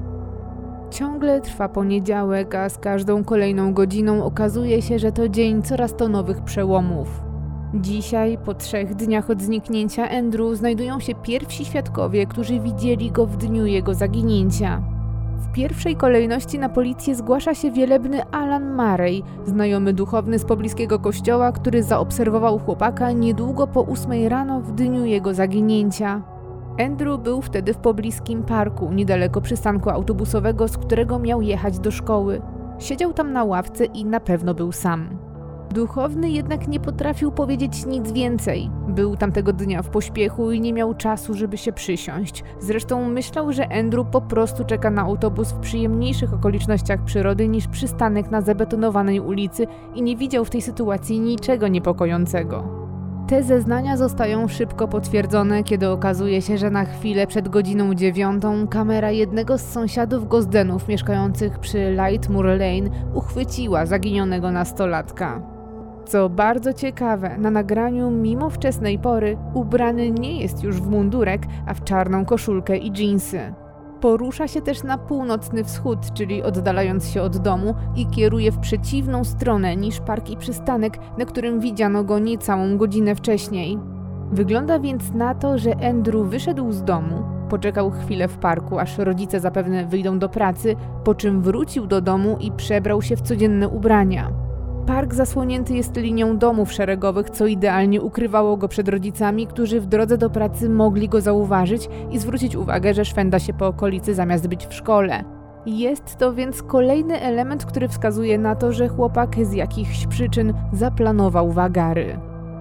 Ciągle trwa poniedziałek, a z każdą kolejną godziną okazuje się, że to dzień coraz to nowych przełomów. Dzisiaj, po 3 dniach od zniknięcia Andrew, znajdują się pierwsi świadkowie, którzy widzieli go w dniu jego zaginięcia. W pierwszej kolejności na policję zgłasza się wielebny Alan Murray, znajomy duchowny z pobliskiego kościoła, który zaobserwował chłopaka niedługo po 8 rano w dniu jego zaginięcia. Andrew był wtedy w pobliskim parku, niedaleko przystanku autobusowego, z którego miał jechać do szkoły. Siedział tam na ławce i na pewno był sam. Duchowny jednak nie potrafił powiedzieć nic więcej. Był tamtego dnia w pośpiechu i nie miał czasu, żeby się przysiąść. Zresztą myślał, że Andrew po prostu czeka na autobus w przyjemniejszych okolicznościach przyrody niż przystanek na zabetonowanej ulicy i nie widział w tej sytuacji niczego niepokojącego. Te zeznania zostają szybko potwierdzone, kiedy okazuje się, że na chwilę przed godziną 9 kamera jednego z sąsiadów Gosdenów mieszkających przy Lightmoor Lane uchwyciła zaginionego nastolatka. Co bardzo ciekawe, na nagraniu mimo wczesnej pory ubrany nie jest już w mundurek, a w czarną koszulkę i dżinsy. Porusza się też na północny wschód, czyli oddalając się od domu i kieruje w przeciwną stronę niż park i przystanek, na którym widziano go niecałą godzinę wcześniej. Wygląda więc na to, że Andrew wyszedł z domu, poczekał chwilę w parku, aż rodzice zapewne wyjdą do pracy, po czym wrócił do domu i przebrał się w codzienne ubrania. Park zasłonięty jest linią domów szeregowych, co idealnie ukrywało go przed rodzicami, którzy w drodze do pracy mogli go zauważyć i zwrócić uwagę, że szwenda się po okolicy zamiast być w szkole. Jest to więc kolejny element, który wskazuje na to, że chłopak z jakichś przyczyn zaplanował wagary.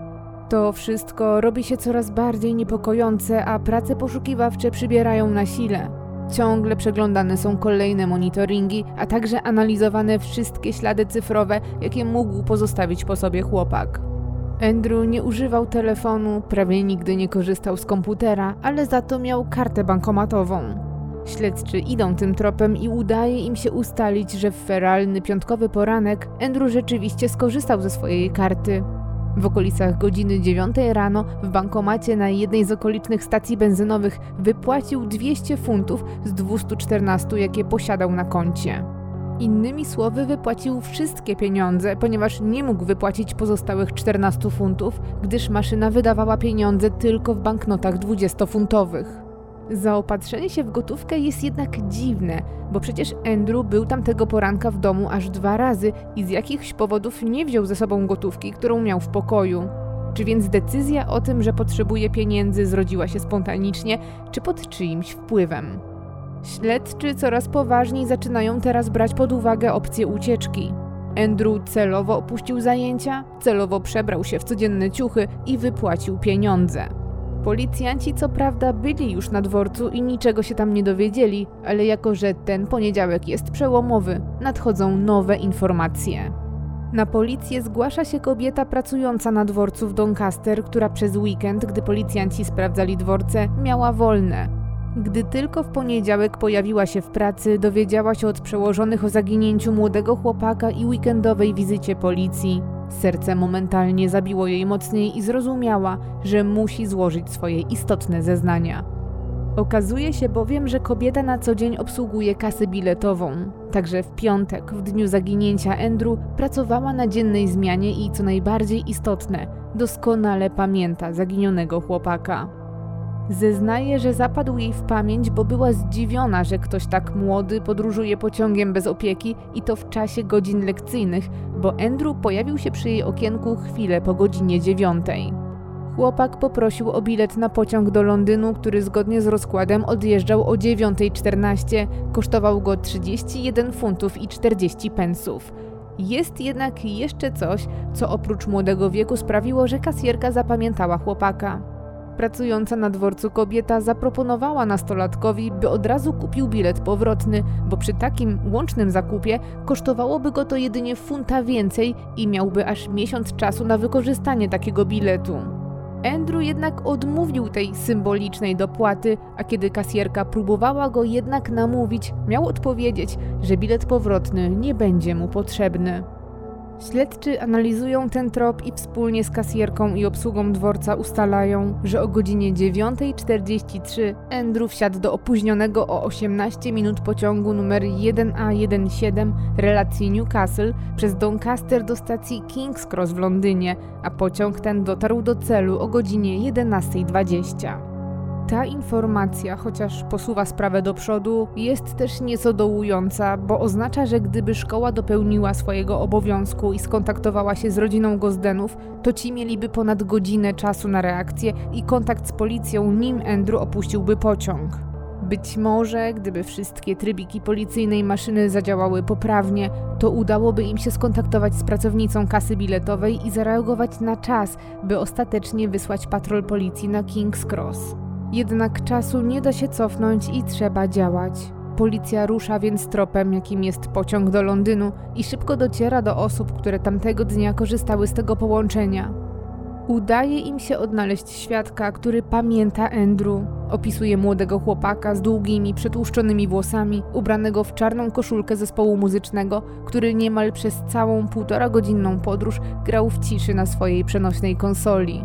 To wszystko robi się coraz bardziej niepokojące, a prace poszukiwawcze przybierają na sile. Ciągle przeglądane są kolejne monitoringi, a także analizowane wszystkie ślady cyfrowe, jakie mógł pozostawić po sobie chłopak. Andrew nie używał telefonu, prawie nigdy nie korzystał z komputera, ale za to miał kartę bankomatową. Śledczy idą tym tropem i udaje im się ustalić, że w feralny piątkowy poranek Andrew rzeczywiście skorzystał ze swojej karty. W okolicach godziny 9 rano w bankomacie na jednej z okolicznych stacji benzynowych wypłacił 200 funtów z 214, jakie posiadał na koncie. Innymi słowy, wypłacił wszystkie pieniądze, ponieważ nie mógł wypłacić pozostałych 14 funtów, gdyż maszyna wydawała pieniądze tylko w banknotach 20-funtowych. Zaopatrzenie się w gotówkę jest jednak dziwne, bo przecież Andrew był tamtego poranka w domu aż 2 razy i z jakichś powodów nie wziął ze sobą gotówki, którą miał w pokoju. Czy więc decyzja o tym, że potrzebuje pieniędzy, zrodziła się spontanicznie, czy pod czyimś wpływem? Śledczy coraz poważniej zaczynają teraz brać pod uwagę opcję ucieczki. Andrew celowo opuścił zajęcia, celowo przebrał się w codzienne ciuchy i wypłacił pieniądze. Policjanci co prawda byli już na dworcu i niczego się tam nie dowiedzieli, ale jako że ten poniedziałek jest przełomowy, nadchodzą nowe informacje. Na policję zgłasza się kobieta pracująca na dworcu w Doncaster, która przez weekend, gdy policjanci sprawdzali dworce, miała wolne. Gdy tylko w poniedziałek pojawiła się w pracy, dowiedziała się od przełożonych o zaginięciu młodego chłopaka i weekendowej wizycie policji. Serce momentalnie zabiło jej mocniej i zrozumiała, że musi złożyć swoje istotne zeznania. Okazuje się bowiem, że kobieta na co dzień obsługuje kasę biletową. Także w piątek, w dniu zaginięcia Andrew, pracowała na dziennej zmianie i co najbardziej istotne, doskonale pamięta zaginionego chłopaka. Zeznaje, że zapadł jej w pamięć, bo była zdziwiona, że ktoś tak młody podróżuje pociągiem bez opieki i to w czasie godzin lekcyjnych, bo Andrew pojawił się przy jej okienku chwilę po godzinie 9. Chłopak poprosił o bilet na pociąg do Londynu, który zgodnie z rozkładem odjeżdżał o 9:14, kosztował go 31 funtów i 40 pensów. Jest jednak jeszcze coś, co oprócz młodego wieku sprawiło, że kasjerka zapamiętała chłopaka. Pracująca na dworcu kobieta zaproponowała nastolatkowi, by od razu kupił bilet powrotny, bo przy takim łącznym zakupie kosztowałoby go to jedynie funta więcej i miałby aż miesiąc czasu na wykorzystanie takiego biletu. Andrew jednak odmówił tej symbolicznej dopłaty, a kiedy kasjerka próbowała go jednak namówić, miał odpowiedzieć, że bilet powrotny nie będzie mu potrzebny. Śledczy analizują ten trop i wspólnie z kasjerką i obsługą dworca ustalają, że o godzinie 9:43 Andrew wsiadł do opóźnionego o 18 minut pociągu numer 1A17 relacji Newcastle przez Doncaster do stacji King's Cross w Londynie, a pociąg ten dotarł do celu o godzinie 11:20. Ta informacja, chociaż posuwa sprawę do przodu, jest też nieco dołująca, bo oznacza, że gdyby szkoła dopełniła swojego obowiązku i skontaktowała się z rodziną Gosdenów, to ci mieliby ponad godzinę czasu na reakcję i kontakt z policją, nim Andrew opuściłby pociąg. Być może, gdyby wszystkie trybiki policyjnej maszyny zadziałały poprawnie, to udałoby im się skontaktować z pracownicą kasy biletowej i zareagować na czas, by ostatecznie wysłać patrol policji na King's Cross. Jednak czasu nie da się cofnąć i trzeba działać. Policja rusza więc tropem, jakim jest pociąg do Londynu i szybko dociera do osób, które tamtego dnia korzystały z tego połączenia. Udaje im się odnaleźć świadka, który pamięta Andrew. Opisuje młodego chłopaka z długimi, przetłuszczonymi włosami, ubranego w czarną koszulkę zespołu muzycznego, który niemal przez całą 1,5-godzinną podróż grał w ciszy na swojej przenośnej konsoli.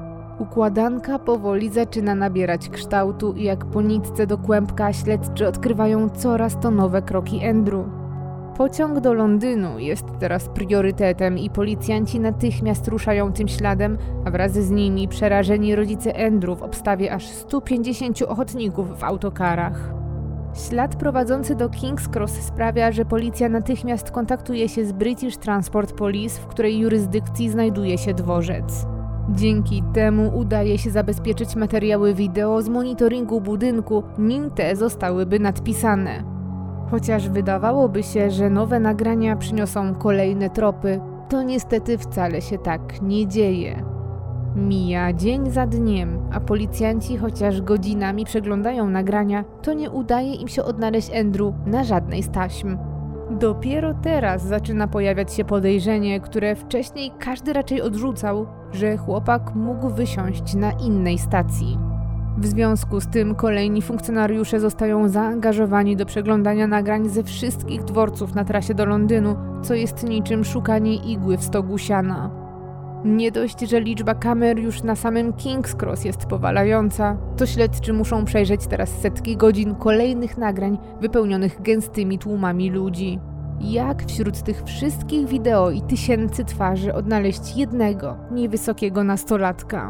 Układanka powoli zaczyna nabierać kształtu i jak po nitce do kłębka śledczy odkrywają coraz to nowe kroki Andrew. Pociąg do Londynu jest teraz priorytetem i policjanci natychmiast ruszają tym śladem, a wraz z nimi przerażeni rodzice Andrew w obstawie aż 150 ochotników w autokarach. Ślad prowadzący do King's Cross sprawia, że policja natychmiast kontaktuje się z British Transport Police, w której jurysdykcji znajduje się dworzec. Dzięki temu udaje się zabezpieczyć materiały wideo z monitoringu budynku, nim te zostałyby nadpisane. Chociaż wydawałoby się, że nowe nagrania przyniosą kolejne tropy, to niestety wcale się tak nie dzieje. Mija dzień za dniem, a policjanci chociaż godzinami przeglądają nagrania, to nie udaje im się odnaleźć Andrew na żadnej z taśm. Dopiero teraz zaczyna pojawiać się podejrzenie, które wcześniej każdy raczej odrzucał, że chłopak mógł wysiąść na innej stacji. W związku z tym kolejni funkcjonariusze zostają zaangażowani do przeglądania nagrań ze wszystkich dworców na trasie do Londynu, co jest niczym szukanie igły w stogu siana. Nie dość, że liczba kamer już na samym King's Cross jest powalająca, to śledczy muszą przejrzeć teraz setki godzin kolejnych nagrań wypełnionych gęstymi tłumami ludzi. Jak wśród tych wszystkich wideo i tysięcy twarzy odnaleźć jednego niewysokiego nastolatka?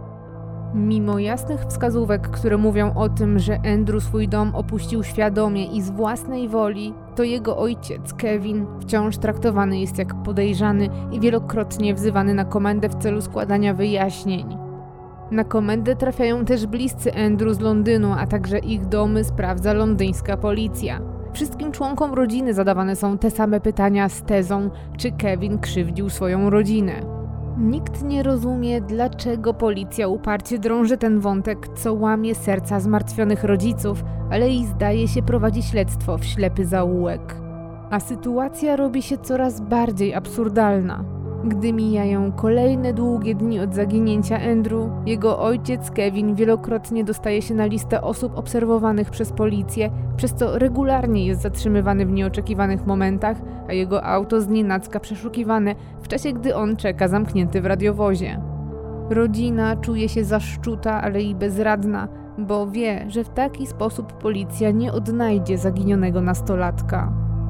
Mimo jasnych wskazówek, które mówią o tym, że Andrew swój dom opuścił świadomie i z własnej woli, to jego ojciec, Kevin, wciąż traktowany jest jak podejrzany i wielokrotnie wzywany na komendę w celu składania wyjaśnień. Na komendę trafiają też bliscy Andrew z Londynu, a także ich domy sprawdza londyńska policja. Wszystkim członkom rodziny zadawane są te same pytania z tezą, czy Kevin krzywdził swoją rodzinę. Nikt nie rozumie, dlaczego policja uparcie drąży ten wątek, co łamie serca zmartwionych rodziców, ale i zdaje się prowadzi śledztwo w ślepy zaułek. A sytuacja robi się coraz bardziej absurdalna. Gdy mijają kolejne długie dni od zaginięcia Andrew, jego ojciec Kevin wielokrotnie dostaje się na listę osób obserwowanych przez policję, przez co regularnie jest zatrzymywany w nieoczekiwanych momentach, a jego auto znienacka przeszukiwane w czasie, gdy on czeka zamknięty w radiowozie. Rodzina czuje się zaszczuta, ale i bezradna, bo wie, że w taki sposób policja nie odnajdzie zaginionego nastolatka.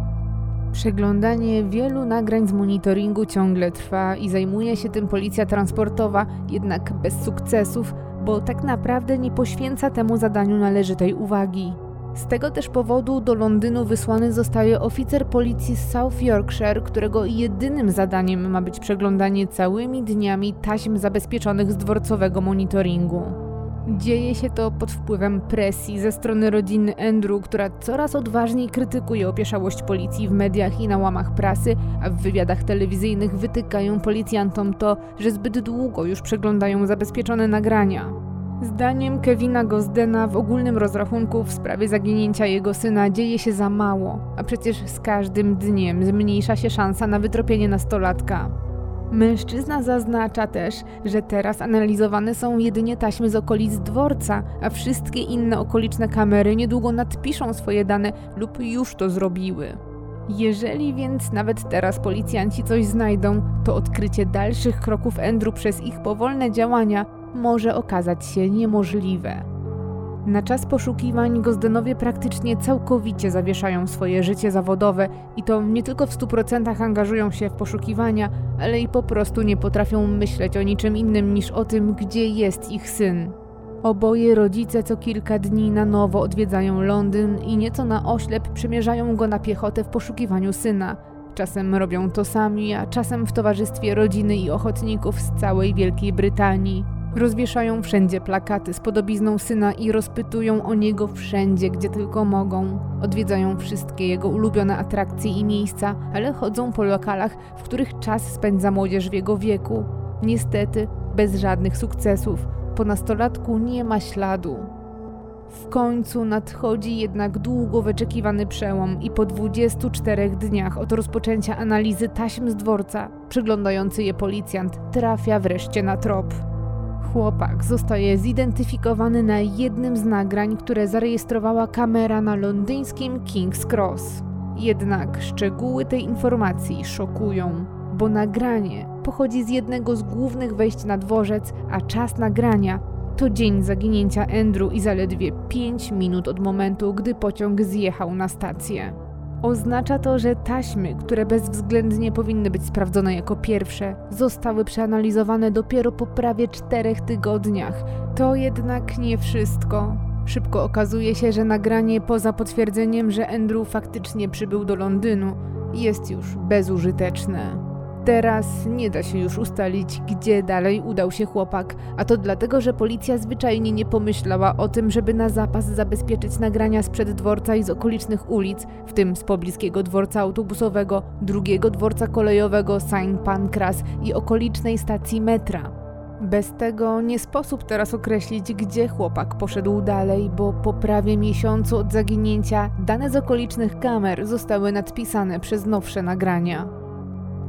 Przeglądanie wielu nagrań z monitoringu ciągle trwa i zajmuje się tym policja transportowa, jednak bez sukcesów, bo tak naprawdę nie poświęca temu zadaniu należytej uwagi. Z tego też powodu do Londynu wysłany zostaje oficer policji z South Yorkshire, którego jedynym zadaniem ma być przeglądanie całymi dniami taśm zabezpieczonych z dworcowego monitoringu. Dzieje się to pod wpływem presji ze strony rodziny Andrew, która coraz odważniej krytykuje opieszałość policji w mediach i na łamach prasy, a w wywiadach telewizyjnych wytykają policjantom to, że zbyt długo już przeglądają zabezpieczone nagrania. Zdaniem Kevina Gosdena w ogólnym rozrachunku w sprawie zaginięcia jego syna dzieje się za mało, a przecież z każdym dniem zmniejsza się szansa na wytropienie nastolatka. Mężczyzna zaznacza też, że teraz analizowane są jedynie taśmy z okolic dworca, a wszystkie inne okoliczne kamery niedługo nadpiszą swoje dane lub już to zrobiły. Jeżeli więc nawet teraz policjanci coś znajdą, to odkrycie dalszych kroków Andrew przez ich powolne działania może okazać się niemożliwe. Na czas poszukiwań Gosdenowie praktycznie całkowicie zawieszają swoje życie zawodowe i to nie tylko w 100% angażują się w poszukiwania, ale i po prostu nie potrafią myśleć o niczym innym niż o tym, gdzie jest ich syn. Oboje rodzice co kilka dni na nowo odwiedzają Londyn i nieco na oślep przemierzają go na piechotę w poszukiwaniu syna. Czasem robią to sami, a czasem w towarzystwie rodziny i ochotników z całej Wielkiej Brytanii. Rozwieszają wszędzie plakaty z podobizną syna i rozpytują o niego wszędzie, gdzie tylko mogą. Odwiedzają wszystkie jego ulubione atrakcje i miejsca, ale chodzą po lokalach, w których czas spędza młodzież w jego wieku. Niestety, bez żadnych sukcesów. Po nastolatku nie ma śladu. W końcu nadchodzi jednak długo wyczekiwany przełom i po 24 dniach od rozpoczęcia analizy taśm z dworca, przeglądający je policjant trafia wreszcie na trop. Chłopak zostaje zidentyfikowany na jednym z nagrań, które zarejestrowała kamera na londyńskim King's Cross. Jednak szczegóły tej informacji szokują, bo nagranie pochodzi z jednego z głównych wejść na dworzec, a czas nagrania to dzień zaginięcia Andrew i zaledwie 5 minut od momentu, gdy pociąg zjechał na stację. Oznacza to, że taśmy, które bezwzględnie powinny być sprawdzone jako pierwsze, zostały przeanalizowane dopiero po prawie 4 tygodniach. To jednak nie wszystko. Szybko okazuje się, że nagranie poza potwierdzeniem, że Andrew faktycznie przybył do Londynu, jest już bezużyteczne. Teraz nie da się już ustalić, gdzie dalej udał się chłopak, a to dlatego, że policja zwyczajnie nie pomyślała o tym, żeby na zapas zabezpieczyć nagrania sprzed dworca i z okolicznych ulic, w tym z pobliskiego dworca autobusowego, drugiego dworca kolejowego St. Pancras i okolicznej stacji metra. Bez tego nie sposób teraz określić, gdzie chłopak poszedł dalej, bo po prawie miesiącu od zaginięcia dane z okolicznych kamer zostały nadpisane przez nowsze nagrania.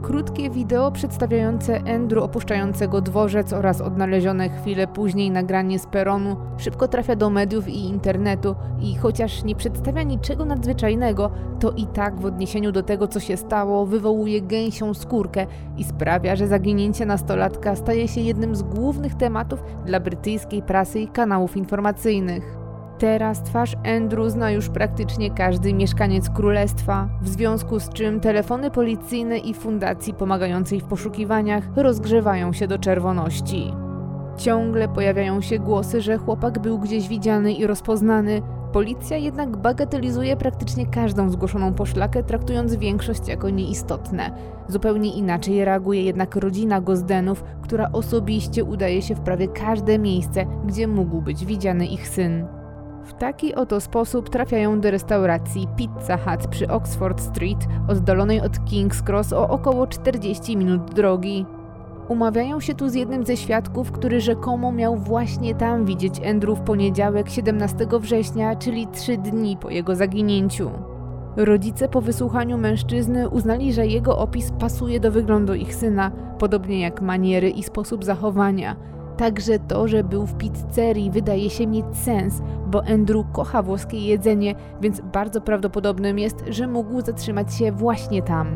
Krótkie wideo przedstawiające Andrew opuszczającego dworzec oraz odnalezione chwilę później nagranie z peronu szybko trafia do mediów i internetu i chociaż nie przedstawia niczego nadzwyczajnego, to i tak w odniesieniu do tego, co się stało, wywołuje gęsią skórkę i sprawia, że zaginięcie nastolatka staje się jednym z głównych tematów dla brytyjskiej prasy i kanałów informacyjnych. Teraz twarz Andrew zna już praktycznie każdy mieszkaniec królestwa, w związku z czym telefony policyjne i fundacji pomagającej w poszukiwaniach rozgrzewają się do czerwoności. Ciągle pojawiają się głosy, że chłopak był gdzieś widziany i rozpoznany. Policja jednak bagatelizuje praktycznie każdą zgłoszoną poszlakę, traktując większość jako nieistotne. Zupełnie inaczej reaguje jednak rodzina Gosdenów, która osobiście udaje się w prawie każde miejsce, gdzie mógł być widziany ich syn. W taki oto sposób trafiają do restauracji Pizza Hut przy Oxford Street, oddalonej od King's Cross o około 40 minut drogi. Umawiają się tu z jednym ze świadków, który rzekomo miał właśnie tam widzieć Andrew w poniedziałek 17 września, czyli 3 dni po jego zaginięciu. Rodzice po wysłuchaniu mężczyzny uznali, że jego opis pasuje do wyglądu ich syna, podobnie jak maniery i sposób zachowania. Także to, że był w pizzerii, wydaje się mieć sens, bo Andrew kocha włoskie jedzenie, więc bardzo prawdopodobnym jest, że mógł zatrzymać się właśnie tam.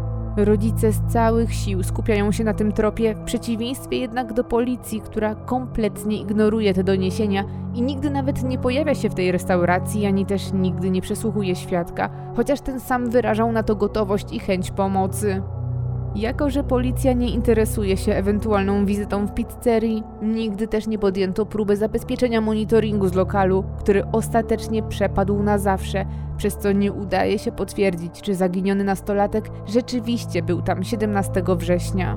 Rodzice z całych sił skupiają się na tym tropie, w przeciwieństwie jednak do policji, która kompletnie ignoruje te doniesienia i nigdy nawet nie pojawia się w tej restauracji, ani też nigdy nie przesłuchuje świadka, chociaż ten sam wyrażał na to gotowość i chęć pomocy. Jako że policja nie interesuje się ewentualną wizytą w pizzerii, nigdy też nie podjęto próby zabezpieczenia monitoringu z lokalu, który ostatecznie przepadł na zawsze, przez co nie udaje się potwierdzić, czy zaginiony nastolatek rzeczywiście był tam 17 września.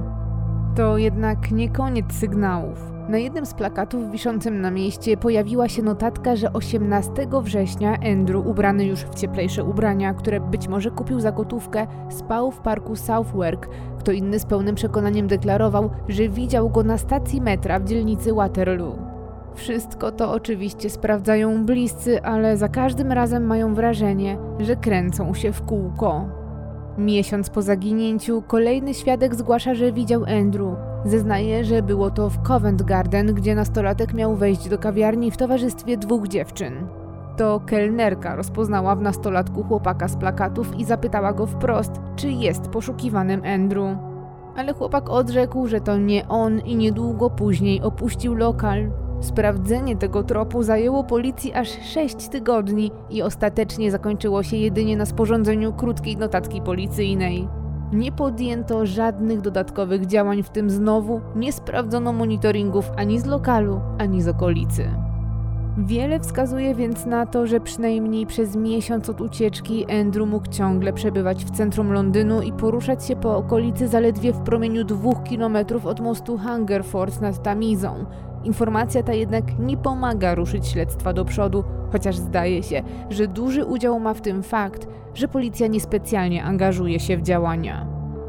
To jednak nie koniec sygnałów. Na jednym z plakatów wiszącym na mieście pojawiła się notatka, że 18 września Andrew, ubrany już w cieplejsze ubrania, które być może kupił za gotówkę, spał w parku Southwark. Kto inny z pełnym przekonaniem deklarował, że widział go na stacji metra w dzielnicy Waterloo. Wszystko to oczywiście sprawdzają bliscy, ale za każdym razem mają wrażenie, że kręcą się w kółko. Miesiąc po zaginięciu kolejny świadek zgłasza, że widział Andrew. Zeznaje, że było to w Covent Garden, gdzie nastolatek miał wejść do kawiarni w towarzystwie 2 dziewczyn. To kelnerka rozpoznała w nastolatku chłopaka z plakatów i zapytała go wprost, czy jest poszukiwanym Andrew. Ale chłopak odrzekł, że to nie on i niedługo później opuścił lokal. Sprawdzenie tego tropu zajęło policji aż 6 tygodni i ostatecznie zakończyło się jedynie na sporządzeniu krótkiej notatki policyjnej. Nie podjęto żadnych dodatkowych działań, w tym znowu nie sprawdzono monitoringów ani z lokalu, ani z okolicy. Wiele wskazuje więc na to, że przynajmniej przez miesiąc od ucieczki Andrew mógł ciągle przebywać w centrum Londynu i poruszać się po okolicy zaledwie w promieniu 2 kilometrów od mostu Hungerford nad Tamizą. Informacja ta jednak nie pomaga ruszyć śledztwa do przodu, chociaż zdaje się, że duży udział ma w tym fakt, że policja niespecjalnie angażuje się w działania.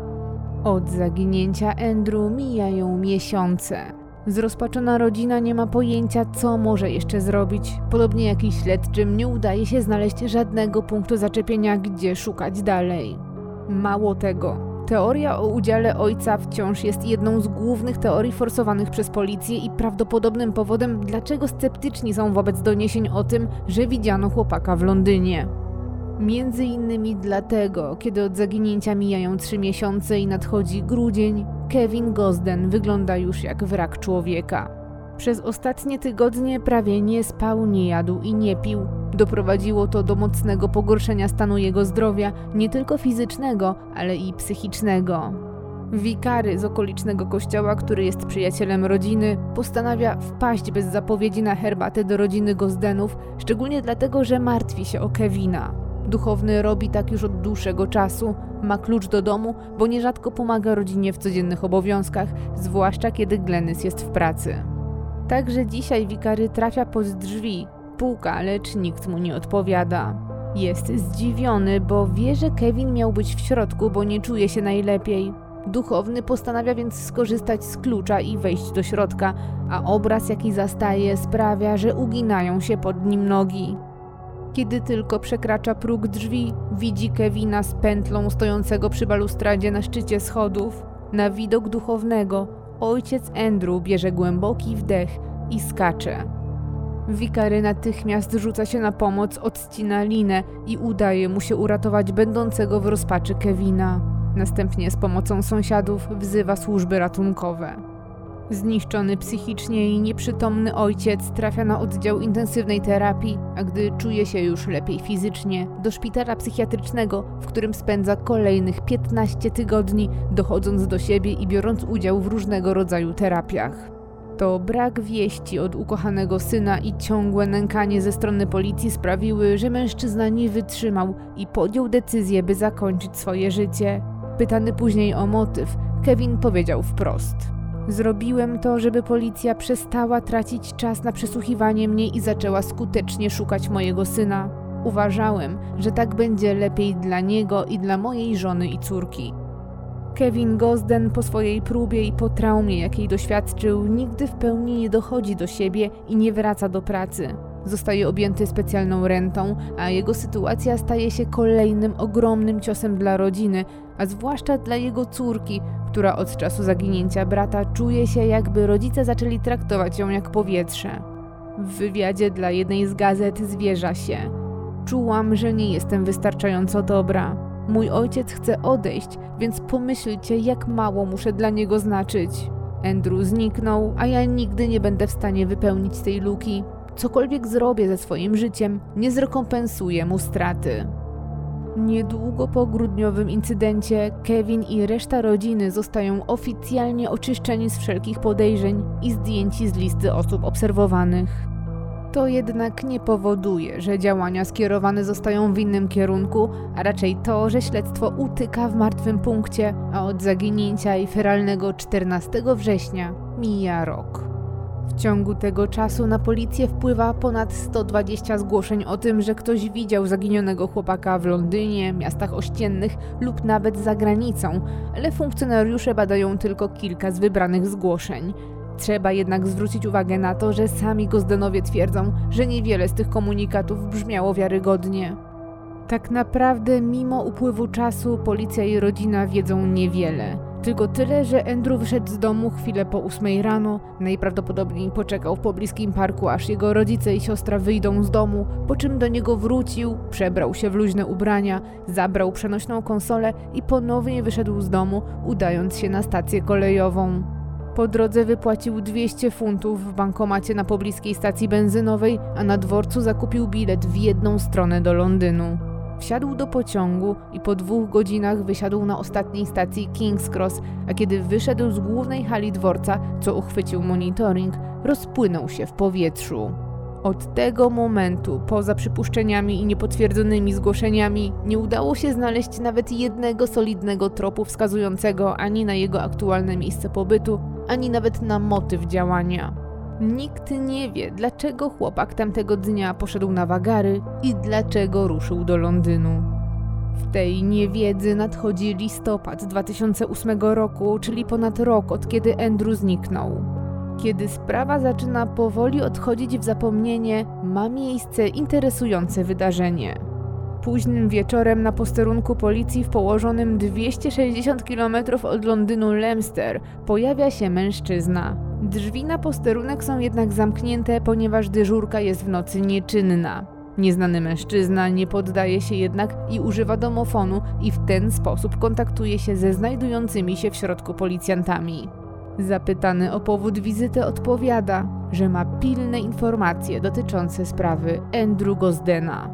Od zaginięcia Andrew mijają miesiące. Zrozpaczona rodzina nie ma pojęcia, co może jeszcze zrobić. Podobnie jak i śledczym nie udaje się znaleźć żadnego punktu zaczepienia, gdzie szukać dalej. Mało tego, teoria o udziale ojca wciąż jest jedną z głównych teorii forsowanych przez policję i prawdopodobnym powodem, dlaczego sceptyczni są wobec doniesień o tym, że widziano chłopaka w Londynie. Między innymi dlatego, kiedy od zaginięcia mijają 3 miesiące i nadchodzi grudzień, Kevin Gosden wygląda już jak wrak człowieka. Przez ostatnie tygodnie prawie nie spał, nie jadł i nie pił. Doprowadziło to do mocnego pogorszenia stanu jego zdrowia, nie tylko fizycznego, ale i psychicznego. Wikary z okolicznego kościoła, który jest przyjacielem rodziny, postanawia wpaść bez zapowiedzi na herbatę do rodziny Gosdenów, szczególnie dlatego, że martwi się o Kevina. Duchowny robi tak już od dłuższego czasu, ma klucz do domu, bo nierzadko pomaga rodzinie w codziennych obowiązkach, zwłaszcza kiedy Glenys jest w pracy. Także dzisiaj wikary trafia pod drzwi, puka, lecz nikt mu nie odpowiada. Jest zdziwiony, bo wie, że Kevin miał być w środku, bo nie czuje się najlepiej. Duchowny postanawia więc skorzystać z klucza i wejść do środka, a obraz, jaki zastaje, sprawia, że uginają się pod nim nogi. Kiedy tylko przekracza próg drzwi, widzi Kevina z pętlą stojącego przy balustradzie na szczycie schodów. Na widok duchownego ojciec Andrew bierze głęboki wdech i skacze. Wikary natychmiast rzuca się na pomoc, odcina linę i udaje mu się uratować będącego w rozpaczy Kevina. Następnie z pomocą sąsiadów wzywa służby ratunkowe. Zniszczony psychicznie i nieprzytomny ojciec trafia na oddział intensywnej terapii, a gdy czuje się już lepiej fizycznie, do szpitala psychiatrycznego, w którym spędza kolejnych 15 tygodni, dochodząc do siebie i biorąc udział w różnego rodzaju terapiach. To brak wieści od ukochanego syna i ciągłe nękanie ze strony policji sprawiły, że mężczyzna nie wytrzymał i podjął decyzję, by zakończyć swoje życie. Pytany później o motyw, Kevin powiedział wprost: zrobiłem to, żeby policja przestała tracić czas na przesłuchiwanie mnie i zaczęła skutecznie szukać mojego syna. Uważałem, że tak będzie lepiej dla niego i dla mojej żony i córki. Kevin Gosden po swojej próbie i po traumie, jakiej doświadczył, nigdy w pełni nie dochodzi do siebie i nie wraca do pracy. Zostaje objęty specjalną rentą, a jego sytuacja staje się kolejnym ogromnym ciosem dla rodziny, a zwłaszcza dla jego córki, która od czasu zaginięcia brata czuje się, jakby rodzice zaczęli traktować ją jak powietrze. W wywiadzie dla jednej z gazet zwierza się: czułam, że nie jestem wystarczająco dobra. Mój ojciec chce odejść, więc pomyślcie, jak mało muszę dla niego znaczyć. Andrew zniknął, a ja nigdy nie będę w stanie wypełnić tej luki. Cokolwiek zrobię ze swoim życiem, nie zrekompensuję mu straty. Niedługo po grudniowym incydencie Kevin i reszta rodziny zostają oficjalnie oczyszczeni z wszelkich podejrzeń i zdjęci z listy osób obserwowanych. To jednak nie powoduje, że działania skierowane zostają w innym kierunku, a raczej to, że śledztwo utyka w martwym punkcie, a od zaginięcia i feralnego 14 września mija rok. W ciągu tego czasu na policję wpływa ponad 120 zgłoszeń o tym, że ktoś widział zaginionego chłopaka w Londynie, miastach ościennych lub nawet za granicą, ale funkcjonariusze badają tylko kilka z wybranych zgłoszeń. Trzeba jednak zwrócić uwagę na to, że sami Gosdenowie twierdzą, że niewiele z tych komunikatów brzmiało wiarygodnie. Tak naprawdę mimo upływu czasu policja i rodzina wiedzą niewiele. Tylko tyle, że Andrew wyszedł z domu chwilę po 8 rano, najprawdopodobniej poczekał w pobliskim parku, aż jego rodzice i siostra wyjdą z domu, po czym do niego wrócił, przebrał się w luźne ubrania, zabrał przenośną konsolę i ponownie wyszedł z domu, udając się na stację kolejową. Po drodze wypłacił 200 funtów w bankomacie na pobliskiej stacji benzynowej, a na dworcu zakupił bilet w jedną stronę do Londynu. Wsiadł do pociągu i po 2 godzinach wysiadł na ostatniej stacji King's Cross, a kiedy wyszedł z głównej hali dworca, co uchwycił monitoring, rozpłynął się w powietrzu. Od tego momentu, poza przypuszczeniami i niepotwierdzonymi zgłoszeniami, nie udało się znaleźć nawet jednego solidnego tropu wskazującego ani na jego aktualne miejsce pobytu, ani nawet na motyw działania. Nikt nie wie, dlaczego chłopak tamtego dnia poszedł na wagary i dlaczego ruszył do Londynu. W tej niewiedzy nadchodzi listopad 2008 roku, czyli ponad rok od kiedy Andrew zniknął. Kiedy sprawa zaczyna powoli odchodzić w zapomnienie, ma miejsce interesujące wydarzenie. Późnym wieczorem na posterunku policji w położonym 260 km od Londynu Leicester pojawia się mężczyzna. Drzwi na posterunek są jednak zamknięte, ponieważ dyżurka jest w nocy nieczynna. Nieznany mężczyzna nie poddaje się jednak i używa domofonu i w ten sposób kontaktuje się ze znajdującymi się w środku policjantami. Zapytany o powód wizyty odpowiada, że ma pilne informacje dotyczące sprawy Andrew Gosdena.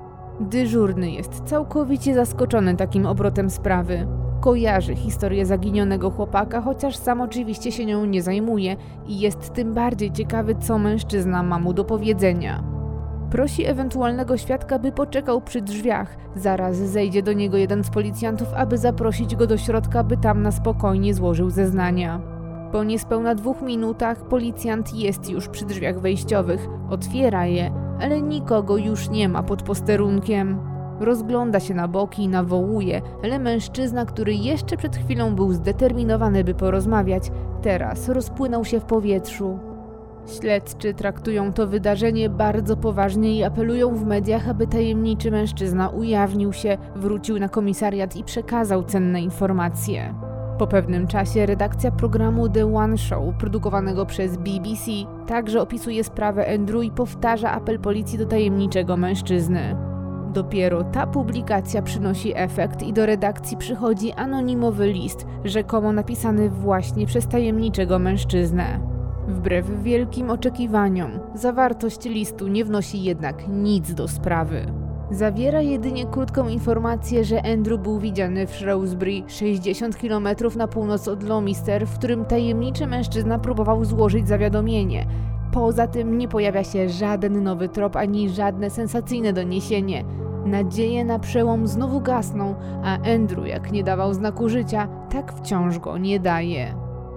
Dyżurny jest całkowicie zaskoczony takim obrotem sprawy. Kojarzy historię zaginionego chłopaka, chociaż sam oczywiście się nią nie zajmuje i jest tym bardziej ciekawy, co mężczyzna ma mu do powiedzenia. Prosi ewentualnego świadka, by poczekał przy drzwiach. Zaraz zejdzie do niego jeden z policjantów, aby zaprosić go do środka, by tam na spokojnie złożył zeznania. Po niespełna 2 minutach policjant jest już przy drzwiach wejściowych, otwiera je, ale nikogo już nie ma pod posterunkiem. Rozgląda się na boki i nawołuje, ale mężczyzna, który jeszcze przed chwilą był zdeterminowany, by porozmawiać, teraz rozpłynął się w powietrzu. Śledczy traktują to wydarzenie bardzo poważnie i apelują w mediach, aby tajemniczy mężczyzna ujawnił się, wrócił na komisariat i przekazał cenne informacje. Po pewnym czasie redakcja programu The One Show, produkowanego przez BBC, także opisuje sprawę Andrew i powtarza apel policji do tajemniczego mężczyzny. Dopiero ta publikacja przynosi efekt i do redakcji przychodzi anonimowy list, rzekomo napisany właśnie przez tajemniczego mężczyznę. Wbrew wielkim oczekiwaniom, zawartość listu nie wnosi jednak nic do sprawy. Zawiera jedynie krótką informację, że Andrew był widziany w Shrewsbury, 60 km na północ od Lomister, w którym tajemniczy mężczyzna próbował złożyć zawiadomienie. Poza tym nie pojawia się żaden nowy trop ani żadne sensacyjne doniesienie. Nadzieje na przełom znowu gasną, a Andrew, jak nie dawał znaku życia, tak wciąż go nie daje.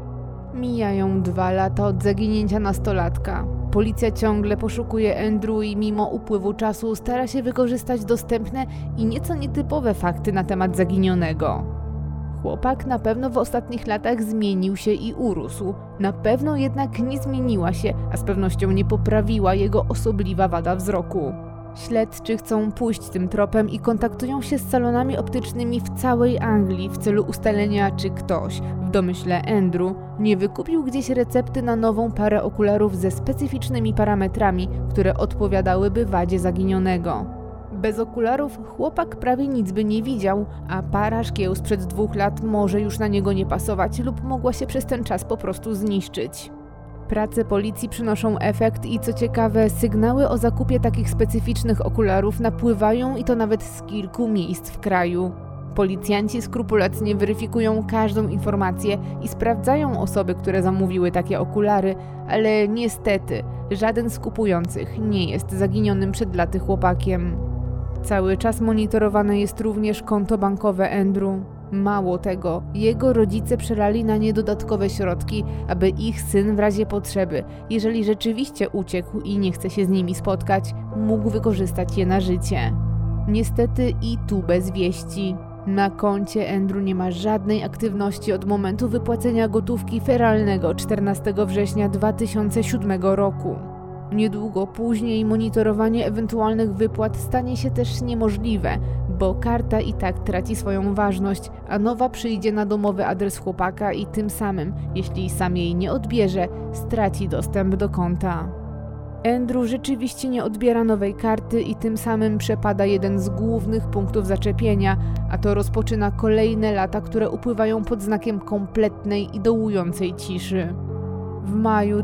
Mijają 2 lata od zaginięcia nastolatka. Policja ciągle poszukuje Andrew i mimo upływu czasu stara się wykorzystać dostępne i nieco nietypowe fakty na temat zaginionego. Chłopak na pewno w ostatnich latach zmienił się i urósł. Na pewno jednak nie zmieniła się, a z pewnością nie poprawiła jego osobliwa wada wzroku. Śledczy chcą pójść tym tropem i kontaktują się z salonami optycznymi w całej Anglii w celu ustalenia, czy ktoś, w domyśle Andrew, nie wykupił gdzieś recepty na nową parę okularów ze specyficznymi parametrami, które odpowiadałyby wadzie zaginionego. Bez okularów chłopak prawie nic by nie widział, a para szkieł sprzed 2 lat może już na niego nie pasować lub mogła się przez ten czas po prostu zniszczyć. Prace policji przynoszą efekt i co ciekawe, sygnały o zakupie takich specyficznych okularów napływają i to nawet z kilku miejsc w kraju. Policjanci skrupulatnie weryfikują każdą informację i sprawdzają osoby, które zamówiły takie okulary, ale niestety żaden z kupujących nie jest zaginionym przed laty chłopakiem. Cały czas monitorowane jest również konto bankowe Andrew. Mało tego, jego rodzice przelali na nie dodatkowe środki, aby ich syn w razie potrzeby, jeżeli rzeczywiście uciekł i nie chce się z nimi spotkać, mógł wykorzystać je na życie. Niestety i tu bez wieści. Na koncie Andrew nie ma żadnej aktywności od momentu wypłacenia gotówki feralnego 14 września 2007 roku. Niedługo później monitorowanie ewentualnych wypłat stanie się też niemożliwe, bo karta i tak traci swoją ważność, a nowa przyjdzie na domowy adres chłopaka i tym samym, jeśli sam jej nie odbierze, straci dostęp do konta. Andrew rzeczywiście nie odbiera nowej karty i tym samym przepada jeden z głównych punktów zaczepienia, a to rozpoczyna kolejne lata, które upływają pod znakiem kompletnej i dołującej ciszy. W maju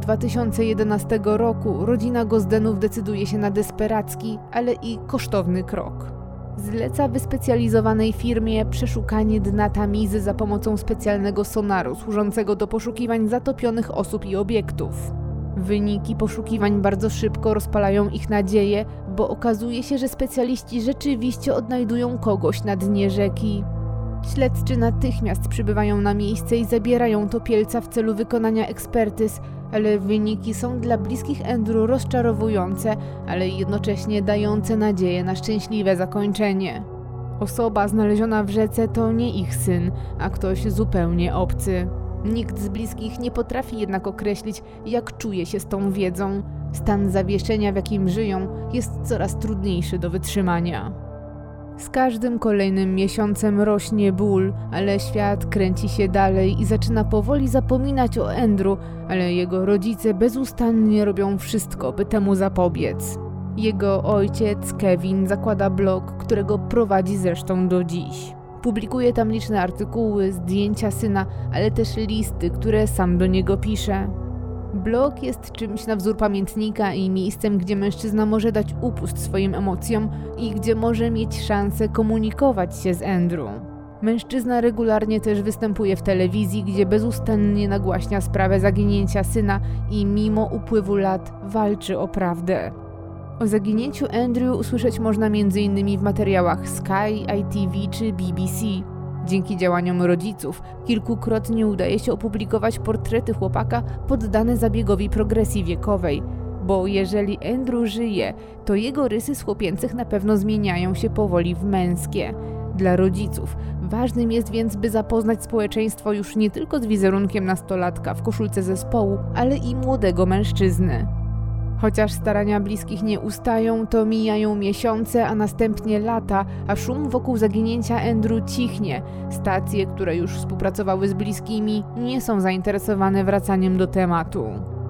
2011 roku rodzina Gosdenów decyduje się na desperacki, ale i kosztowny krok. Zleca wyspecjalizowanej firmie przeszukanie dna Tamizy za pomocą specjalnego sonaru służącego do poszukiwań zatopionych osób i obiektów. Wyniki poszukiwań bardzo szybko rozpalają ich nadzieje, bo okazuje się, że specjaliści rzeczywiście odnajdują kogoś na dnie rzeki. Śledczy natychmiast przybywają na miejsce i zabierają topielca w celu wykonania ekspertyz, ale wyniki są dla bliskich Andrew rozczarowujące, ale jednocześnie dające nadzieję na szczęśliwe zakończenie. Osoba znaleziona w rzece to nie ich syn, a ktoś zupełnie obcy. Nikt z bliskich nie potrafi jednak określić, jak czuje się z tą wiedzą. Stan zawieszenia, w jakim żyją, jest coraz trudniejszy do wytrzymania. Z każdym kolejnym miesiącem rośnie ból, ale świat kręci się dalej i zaczyna powoli zapominać o Andrew, ale jego rodzice bezustannie robią wszystko, by temu zapobiec. Jego ojciec, Kevin, zakłada blog, którego prowadzi zresztą do dziś. Publikuje tam liczne artykuły, zdjęcia syna, ale też listy, które sam do niego pisze. Blog jest czymś na wzór pamiętnika i miejscem, gdzie mężczyzna może dać upust swoim emocjom i gdzie może mieć szansę komunikować się z Andrew. Mężczyzna regularnie też występuje w telewizji, gdzie bezustannie nagłaśnia sprawę zaginięcia syna i mimo upływu lat walczy o prawdę. O zaginięciu Andrew usłyszeć można m.in. w materiałach Sky, ITV czy BBC. Dzięki działaniom rodziców kilkukrotnie udaje się opublikować portrety chłopaka poddane zabiegowi progresji wiekowej, bo jeżeli Andrew żyje, to jego rysy z chłopięcych na pewno zmieniają się powoli w męskie. Dla rodziców ważnym jest więc, by zapoznać społeczeństwo już nie tylko z wizerunkiem nastolatka w koszulce zespołu, ale i młodego mężczyzny. Chociaż starania bliskich nie ustają, to mijają miesiące, a następnie lata, a szum wokół zaginięcia Andrew cichnie. Stacje, które już współpracowały z bliskimi, nie są zainteresowane wracaniem do tematu.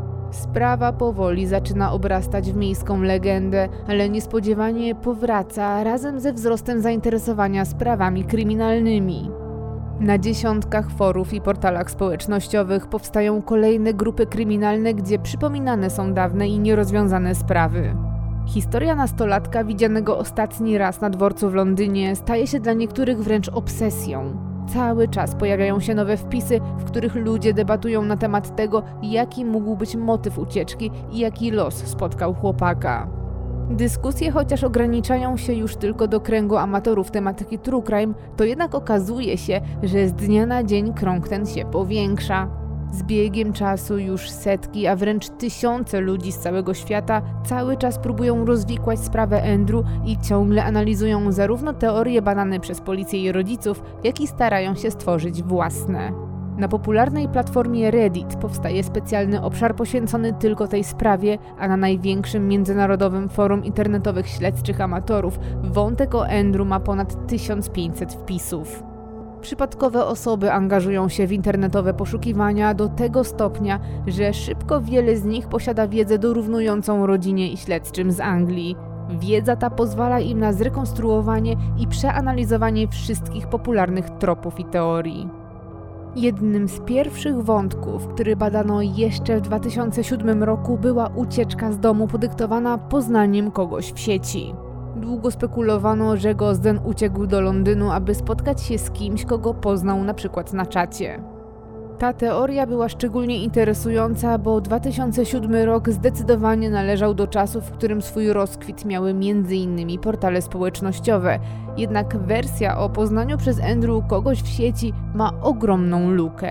Sprawa powoli zaczyna obrastać w miejską legendę, ale niespodziewanie powraca razem ze wzrostem zainteresowania sprawami kryminalnymi. Na dziesiątkach forów i portalach społecznościowych powstają kolejne grupy kryminalne, gdzie przypominane są dawne i nierozwiązane sprawy. Historia nastolatka widzianego ostatni raz na dworcu w Londynie staje się dla niektórych wręcz obsesją. Cały czas pojawiają się nowe wpisy, w których ludzie debatują na temat tego, jaki mógł być motyw ucieczki i jaki los spotkał chłopaka. Dyskusje, chociaż ograniczają się już tylko do kręgu amatorów tematyki true crime, to jednak okazuje się, że z dnia na dzień krąg ten się powiększa. Z biegiem czasu już setki, a wręcz tysiące ludzi z całego świata cały czas próbują rozwikłać sprawę Andrew i ciągle analizują zarówno teorie badane przez policję i rodziców, jak i starają się stworzyć własne. Na popularnej platformie Reddit powstaje specjalny obszar poświęcony tylko tej sprawie, a na największym międzynarodowym forum internetowych śledczych amatorów wątek o Andrew ma ponad 1500 wpisów. Przypadkowe osoby angażują się w internetowe poszukiwania do tego stopnia, że szybko wiele z nich posiada wiedzę dorównującą rodzinie i śledczym z Anglii. Wiedza ta pozwala im na zrekonstruowanie i przeanalizowanie wszystkich popularnych tropów i teorii. Jednym z pierwszych wątków, który badano jeszcze w 2007 roku, była ucieczka z domu podyktowana poznaniem kogoś w sieci. Długo spekulowano, że Gosden uciekł do Londynu, aby spotkać się z kimś, kogo poznał na przykład na czacie. Ta teoria była szczególnie interesująca, bo 2007 rok zdecydowanie należał do czasów, w którym swój rozkwit miały m.in. portale społecznościowe. Jednak wersja o poznaniu przez Andrew kogoś w sieci ma ogromną lukę.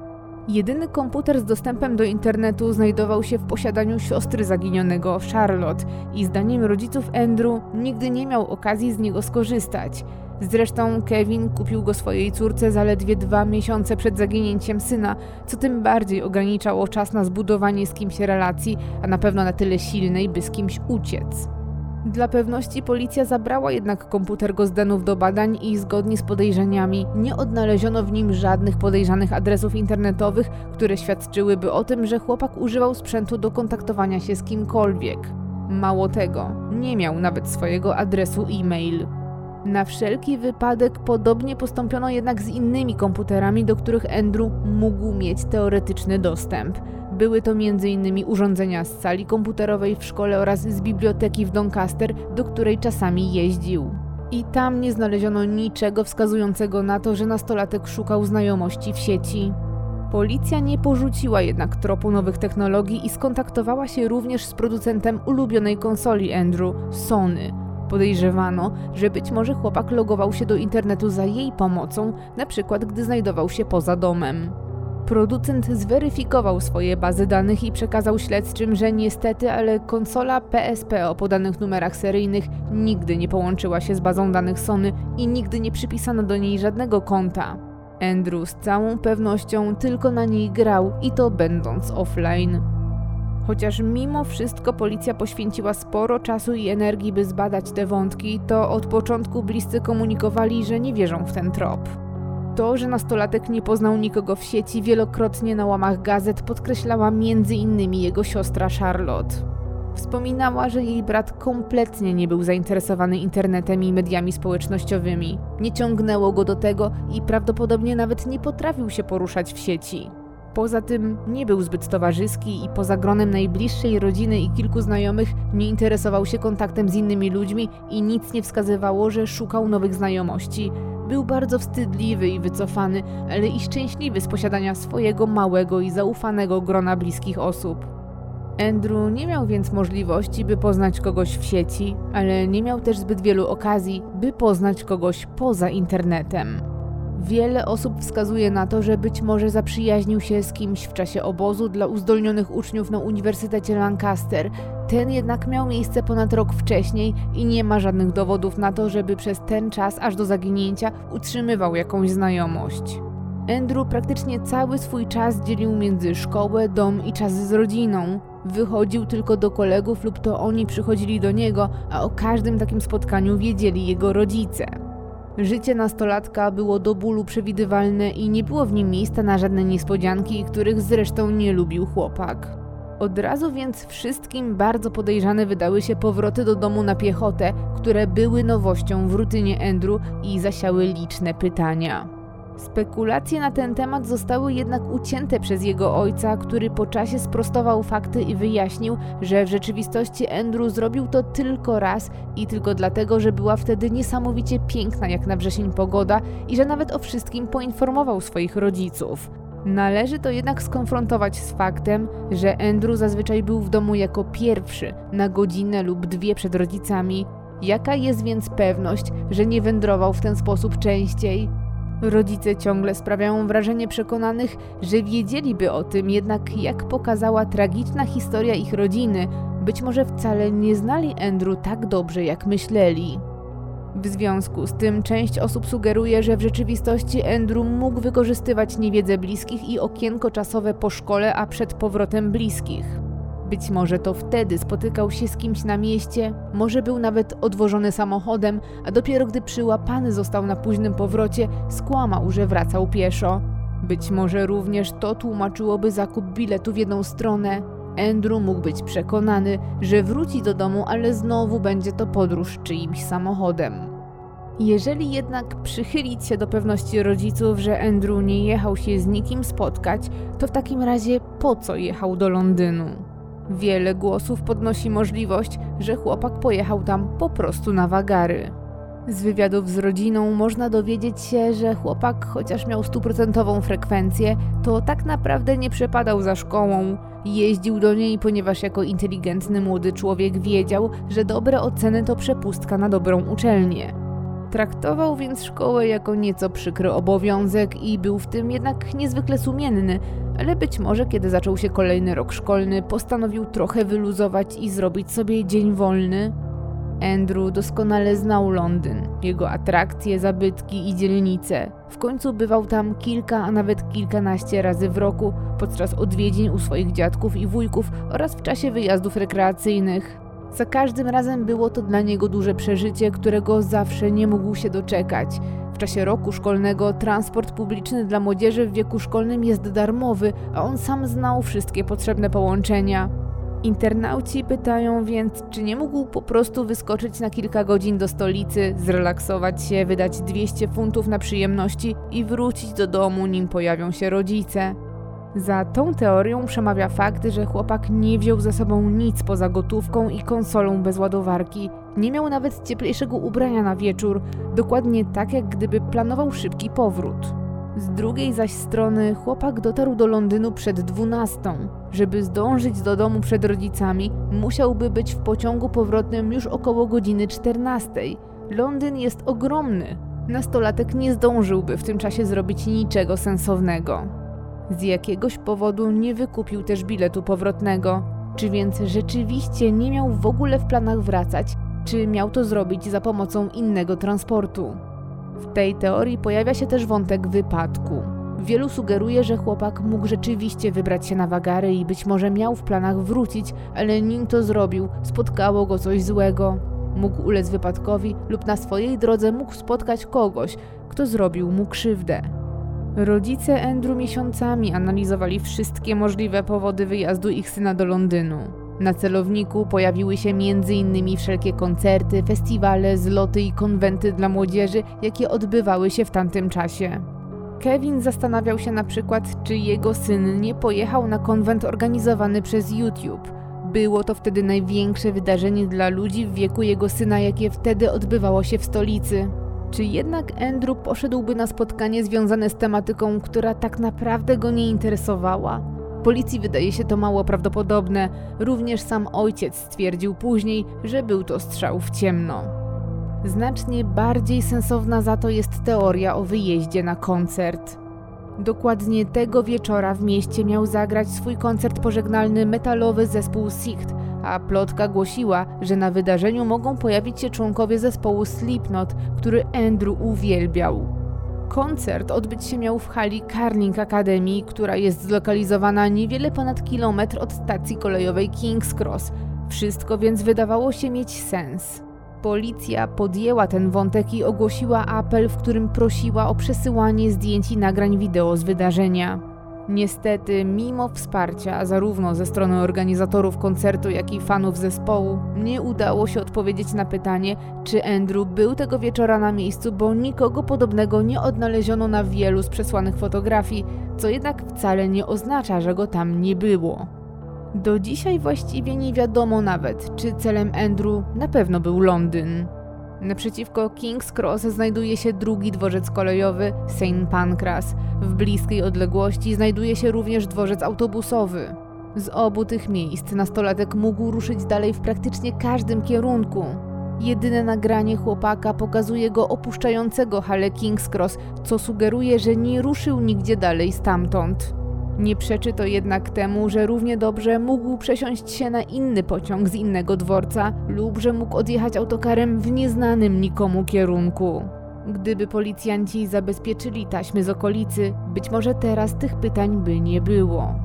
Jedyny komputer z dostępem do internetu znajdował się w posiadaniu siostry zaginionego, Charlotte, i zdaniem rodziców Andrew nigdy nie miał okazji z niego skorzystać. Zresztą Kevin kupił go swojej córce zaledwie 2 miesiące przed zaginięciem syna, co tym bardziej ograniczało czas na zbudowanie z kimś relacji, a na pewno na tyle silnej, by z kimś uciec. Dla pewności policja zabrała jednak komputer Gosdenów do badań i zgodnie z podejrzeniami nie odnaleziono w nim żadnych podejrzanych adresów internetowych, które świadczyłyby o tym, że chłopak używał sprzętu do kontaktowania się z kimkolwiek. Mało tego, nie miał nawet swojego adresu e-mail. Na wszelki wypadek podobnie postąpiono jednak z innymi komputerami, do których Andrew mógł mieć teoretyczny dostęp. Były to m.in. urządzenia z sali komputerowej w szkole oraz z biblioteki w Doncaster, do której czasami jeździł. I tam nie znaleziono niczego wskazującego na to, że nastolatek szukał znajomości w sieci. Policja nie porzuciła jednak tropu nowych technologii i skontaktowała się również z producentem ulubionej konsoli Andrew, Sony. Podejrzewano, że być może chłopak logował się do internetu za jej pomocą, na przykład gdy znajdował się poza domem. Producent zweryfikował swoje bazy danych i przekazał śledczym, że niestety, ale konsola PSP o podanych numerach seryjnych nigdy nie połączyła się z bazą danych Sony i nigdy nie przypisano do niej żadnego konta. Andrew z całą pewnością tylko na niej grał i to będąc offline. Chociaż mimo wszystko policja poświęciła sporo czasu i energii, by zbadać te wątki, to od początku bliscy komunikowali, że nie wierzą w ten trop. To, że nastolatek nie poznał nikogo w sieci, wielokrotnie na łamach gazet podkreślała m.in. jego siostra Charlotte. Wspominała, że jej brat kompletnie nie był zainteresowany internetem i mediami społecznościowymi. Nie ciągnęło go do tego i prawdopodobnie nawet nie potrafił się poruszać w sieci. Poza tym nie był zbyt towarzyski i poza gronem najbliższej rodziny i kilku znajomych nie interesował się kontaktem z innymi ludźmi i nic nie wskazywało, że szukał nowych znajomości. Był bardzo wstydliwy i wycofany, ale i szczęśliwy z posiadania swojego małego i zaufanego grona bliskich osób. Andrew nie miał więc możliwości, by poznać kogoś w sieci, ale nie miał też zbyt wielu okazji, by poznać kogoś poza internetem. Wiele osób wskazuje na to, że być może zaprzyjaźnił się z kimś w czasie obozu dla uzdolnionych uczniów na Uniwersytecie Lancaster. Ten jednak miał miejsce ponad rok wcześniej i nie ma żadnych dowodów na to, żeby przez ten czas aż do zaginięcia utrzymywał jakąś znajomość. Andrew praktycznie cały swój czas dzielił między szkołę, dom i czas z rodziną. Wychodził tylko do kolegów lub to oni przychodzili do niego, a o każdym takim spotkaniu wiedzieli jego rodzice. Życie nastolatka było do bólu przewidywalne i nie było w nim miejsca na żadne niespodzianki, których zresztą nie lubił chłopak. Od razu więc wszystkim bardzo podejrzane wydały się powroty do domu na piechotę, które były nowością w rutynie Andrew i zasiały liczne pytania. Spekulacje na ten temat zostały jednak ucięte przez jego ojca, który po czasie sprostował fakty i wyjaśnił, że w rzeczywistości Andrew zrobił to tylko raz i tylko dlatego, że była wtedy niesamowicie piękna jak na wrzesień pogoda i że nawet o wszystkim poinformował swoich rodziców. Należy to jednak skonfrontować z faktem, że Andrew zazwyczaj był w domu jako pierwszy, na godzinę lub dwie przed rodzicami. Jaka jest więc pewność, że nie wędrował w ten sposób częściej? Rodzice ciągle sprawiają wrażenie przekonanych, że wiedzieliby o tym, jednak jak pokazała tragiczna historia ich rodziny, być może wcale nie znali Andrew tak dobrze, jak myśleli. W związku z tym część osób sugeruje, że w rzeczywistości Andrew mógł wykorzystywać niewiedzę bliskich i okienko czasowe po szkole, a przed powrotem bliskich. Być może to wtedy spotykał się z kimś na mieście, może był nawet odwożony samochodem, a dopiero gdy przyłapany został na późnym powrocie, skłamał, że wracał pieszo. Być może również to tłumaczyłoby zakup biletu w jedną stronę. Andrew mógł być przekonany, że wróci do domu, ale znowu będzie to podróż czyimś samochodem. Jeżeli jednak przychylić się do pewności rodziców, że Andrew nie jechał się z nikim spotkać, to w takim razie po co jechał do Londynu? Wiele głosów podnosi możliwość, że chłopak pojechał tam po prostu na wagary. Z wywiadów z rodziną można dowiedzieć się, że chłopak, chociaż miał 100% frekwencję, to tak naprawdę nie przepadał za szkołą. Jeździł do niej, ponieważ jako inteligentny młody człowiek wiedział, że dobre oceny to przepustka na dobrą uczelnię. Traktował więc szkołę jako nieco przykry obowiązek i był w tym jednak niezwykle sumienny, ale być może kiedy zaczął się kolejny rok szkolny, postanowił trochę wyluzować i zrobić sobie dzień wolny. Andrew doskonale znał Londyn, jego atrakcje, zabytki i dzielnice. W końcu bywał tam kilka, a nawet kilkanaście razy w roku podczas odwiedzin u swoich dziadków i wujków oraz w czasie wyjazdów rekreacyjnych. Za każdym razem było to dla niego duże przeżycie, którego zawsze nie mógł się doczekać. W czasie roku szkolnego transport publiczny dla młodzieży w wieku szkolnym jest darmowy, a on sam znał wszystkie potrzebne połączenia. Internauci pytają więc, czy nie mógł po prostu wyskoczyć na kilka godzin do stolicy, zrelaksować się, wydać 200 funtów na przyjemności i wrócić do domu, nim pojawią się rodzice. Za tą teorią przemawia fakt, że chłopak nie wziął ze sobą nic poza gotówką i konsolą bez ładowarki. Nie miał nawet cieplejszego ubrania na wieczór, dokładnie tak jak gdyby planował szybki powrót. Z drugiej zaś strony chłopak dotarł do Londynu przed 12. Żeby zdążyć do domu przed rodzicami, musiałby być w pociągu powrotnym już około godziny 14. Londyn jest ogromny. Nastolatek nie zdążyłby w tym czasie zrobić niczego sensownego. Z jakiegoś powodu nie wykupił też biletu powrotnego. Czy więc rzeczywiście nie miał w ogóle w planach wracać, czy miał to zrobić za pomocą innego transportu? W tej teorii pojawia się też wątek wypadku. Wielu sugeruje, że chłopak mógł rzeczywiście wybrać się na wagary i być może miał w planach wrócić, ale nim to zrobił, spotkało go coś złego. Mógł ulec wypadkowi lub na swojej drodze mógł spotkać kogoś, kto zrobił mu krzywdę. Rodzice Andrew miesiącami analizowali wszystkie możliwe powody wyjazdu ich syna do Londynu. Na celowniku pojawiły się m.in. wszelkie koncerty, festiwale, zloty i konwenty dla młodzieży, jakie odbywały się w tamtym czasie. Kevin zastanawiał się na przykład, czy jego syn nie pojechał na konwent organizowany przez YouTube. Było to wtedy największe wydarzenie dla ludzi w wieku jego syna, jakie wtedy odbywało się w stolicy. Czy jednak Andrew poszedłby na spotkanie związane z tematyką, która tak naprawdę go nie interesowała? Policji wydaje się to mało prawdopodobne. Również sam ojciec stwierdził później, że był to strzał w ciemno. Znacznie bardziej sensowna za to jest teoria o wyjeździe na koncert. Dokładnie tego wieczora w mieście miał zagrać swój koncert pożegnalny metalowy zespół Sikt, a plotka głosiła, że na wydarzeniu mogą pojawić się członkowie zespołu Slipknot, który Andrew uwielbiał. Koncert odbyć się miał w hali Carling Academy, która jest zlokalizowana niewiele ponad kilometr od stacji kolejowej King's Cross. Wszystko więc wydawało się mieć sens. Policja podjęła ten wątek i ogłosiła apel, w którym prosiła o przesyłanie zdjęć i nagrań wideo z wydarzenia. Niestety, mimo wsparcia zarówno ze strony organizatorów koncertu, jak i fanów zespołu, nie udało się odpowiedzieć na pytanie, czy Andrew był tego wieczora na miejscu, bo nikogo podobnego nie odnaleziono na wielu z przesłanych fotografii, co jednak wcale nie oznacza, że go tam nie było. Do dzisiaj właściwie nie wiadomo nawet, czy celem Andrew na pewno był Londyn. Naprzeciwko King's Cross znajduje się drugi dworzec kolejowy St. Pancras. W bliskiej odległości znajduje się również dworzec autobusowy. Z obu tych miejsc nastolatek mógł ruszyć dalej w praktycznie każdym kierunku. Jedyne nagranie chłopaka pokazuje go opuszczającego halę King's Cross, co sugeruje, że nie ruszył nigdzie dalej stamtąd. Nie przeczy to jednak temu, że równie dobrze mógł przesiąść się na inny pociąg z innego dworca lub że mógł odjechać autokarem w nieznanym nikomu kierunku. Gdyby policjanci zabezpieczyli taśmy z okolicy, być może teraz tych pytań by nie było.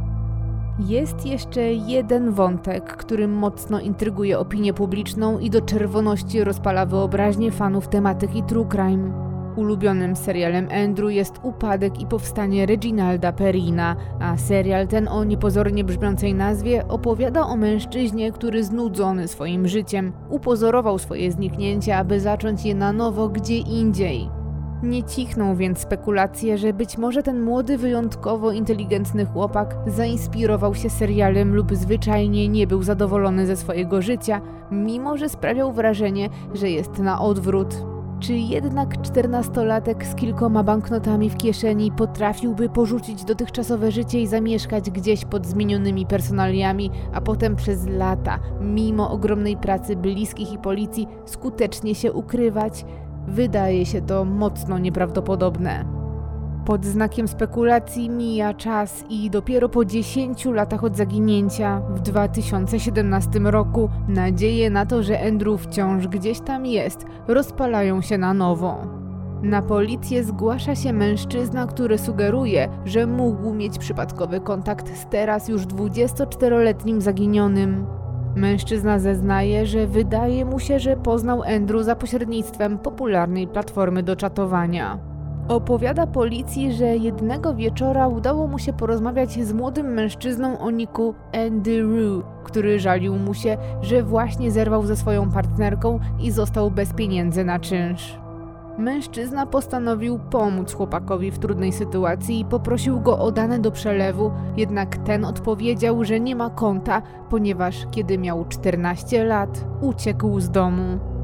Jest jeszcze jeden wątek, który mocno intryguje opinię publiczną i do czerwoności rozpala wyobraźnię fanów tematyki true crime. Ulubionym serialem Andrew jest Upadek i powstanie Reginalda Perrina, a serial ten o niepozornie brzmiącej nazwie opowiada o mężczyźnie, który znudzony swoim życiem upozorował swoje zniknięcie, aby zacząć je na nowo gdzie indziej. Nie cichną więc spekulacje, że być może ten młody, wyjątkowo inteligentny chłopak zainspirował się serialem lub zwyczajnie nie był zadowolony ze swojego życia, mimo że sprawiał wrażenie, że jest na odwrót. Czy jednak 14-latek z kilkoma banknotami w kieszeni potrafiłby porzucić dotychczasowe życie i zamieszkać gdzieś pod zmienionymi personaliami, a potem przez lata, mimo ogromnej pracy bliskich i policji, skutecznie się ukrywać? Wydaje się to mocno nieprawdopodobne. Pod znakiem spekulacji mija czas i dopiero po 10 latach od zaginięcia, w 2017 roku, nadzieje na to, że Andrew wciąż gdzieś tam jest, rozpalają się na nowo. Na policję zgłasza się mężczyzna, który sugeruje, że mógł mieć przypadkowy kontakt z teraz już 24-letnim zaginionym. Mężczyzna zeznaje, że wydaje mu się, że poznał Andrew za pośrednictwem popularnej platformy do czatowania. Opowiada policji, że jednego wieczora udało mu się porozmawiać z młodym mężczyzną o niku Andy Rue, który żalił mu się, że właśnie zerwał ze swoją partnerką i został bez pieniędzy na czynsz. Mężczyzna postanowił pomóc chłopakowi w trudnej sytuacji i poprosił go o dane do przelewu, jednak ten odpowiedział, że nie ma konta, ponieważ kiedy miał 14 lat, uciekł z domu.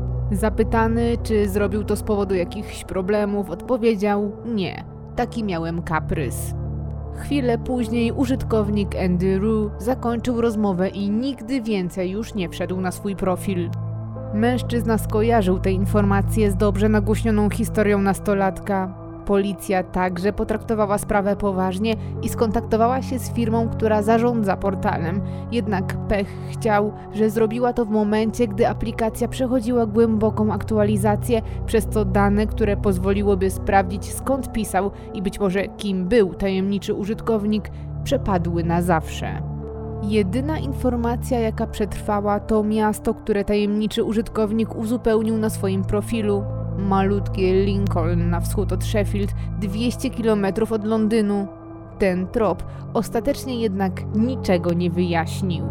Zapytany, czy zrobił to z powodu jakichś problemów, odpowiedział: nie, taki miałem kaprys. Chwilę później użytkownik Andy Rue zakończył rozmowę i nigdy więcej już nie wszedł na swój profil. Mężczyzna skojarzył te informacje z dobrze nagłośnioną historią nastolatka. Policja także potraktowała sprawę poważnie i skontaktowała się z firmą, która zarządza portalem. Jednak pech chciał, że zrobiła to w momencie, gdy aplikacja przechodziła głęboką aktualizację, przez co dane, które pozwoliłyby sprawdzić, skąd pisał i być może kim był tajemniczy użytkownik, przepadły na zawsze. Jedyna informacja, jaka przetrwała, to miasto, które tajemniczy użytkownik uzupełnił na swoim profilu. Malutkie Lincoln na wschód od Sheffield, 200 km od Londynu. Ten trop ostatecznie jednak niczego nie wyjaśnił.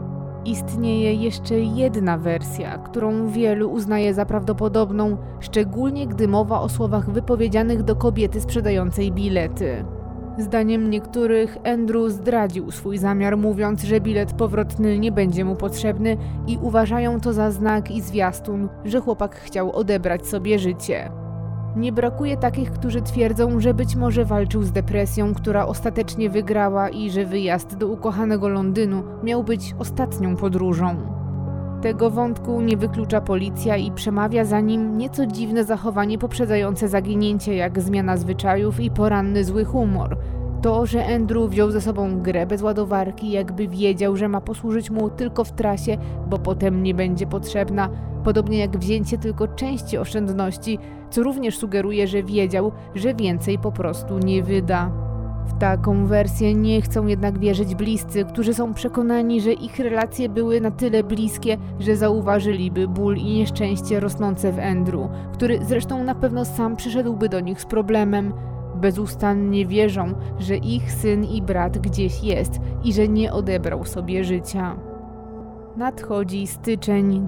Istnieje jeszcze jedna wersja, którą wielu uznaje za prawdopodobną, szczególnie gdy mowa o słowach wypowiedzianych do kobiety sprzedającej bilety. Zdaniem niektórych Andrew zdradził swój zamiar, mówiąc, że bilet powrotny nie będzie mu potrzebny i uważają to za znak i zwiastun, że chłopak chciał odebrać sobie życie. Nie brakuje takich, którzy twierdzą, że być może walczył z depresją, która ostatecznie wygrała i że wyjazd do ukochanego Londynu miał być ostatnią podróżą. Tego wątku nie wyklucza policja i przemawia za nim nieco dziwne zachowanie poprzedzające zaginięcie, jak zmiana zwyczajów i poranny zły humor. To, że Andrew wziął ze sobą grę bez ładowarki, jakby wiedział, że ma posłużyć mu tylko w trasie, bo potem nie będzie potrzebna, podobnie jak wzięcie tylko części oszczędności, co również sugeruje, że wiedział, że więcej po prostu nie wyda. W taką wersję nie chcą jednak wierzyć bliscy, którzy są przekonani, że ich relacje były na tyle bliskie, że zauważyliby ból i nieszczęście rosnące w Andrew, który zresztą na pewno sam przyszedłby do nich z problemem. Bezustannie wierzą, że ich syn i brat gdzieś jest i że nie odebrał sobie życia. Nadchodzi styczeń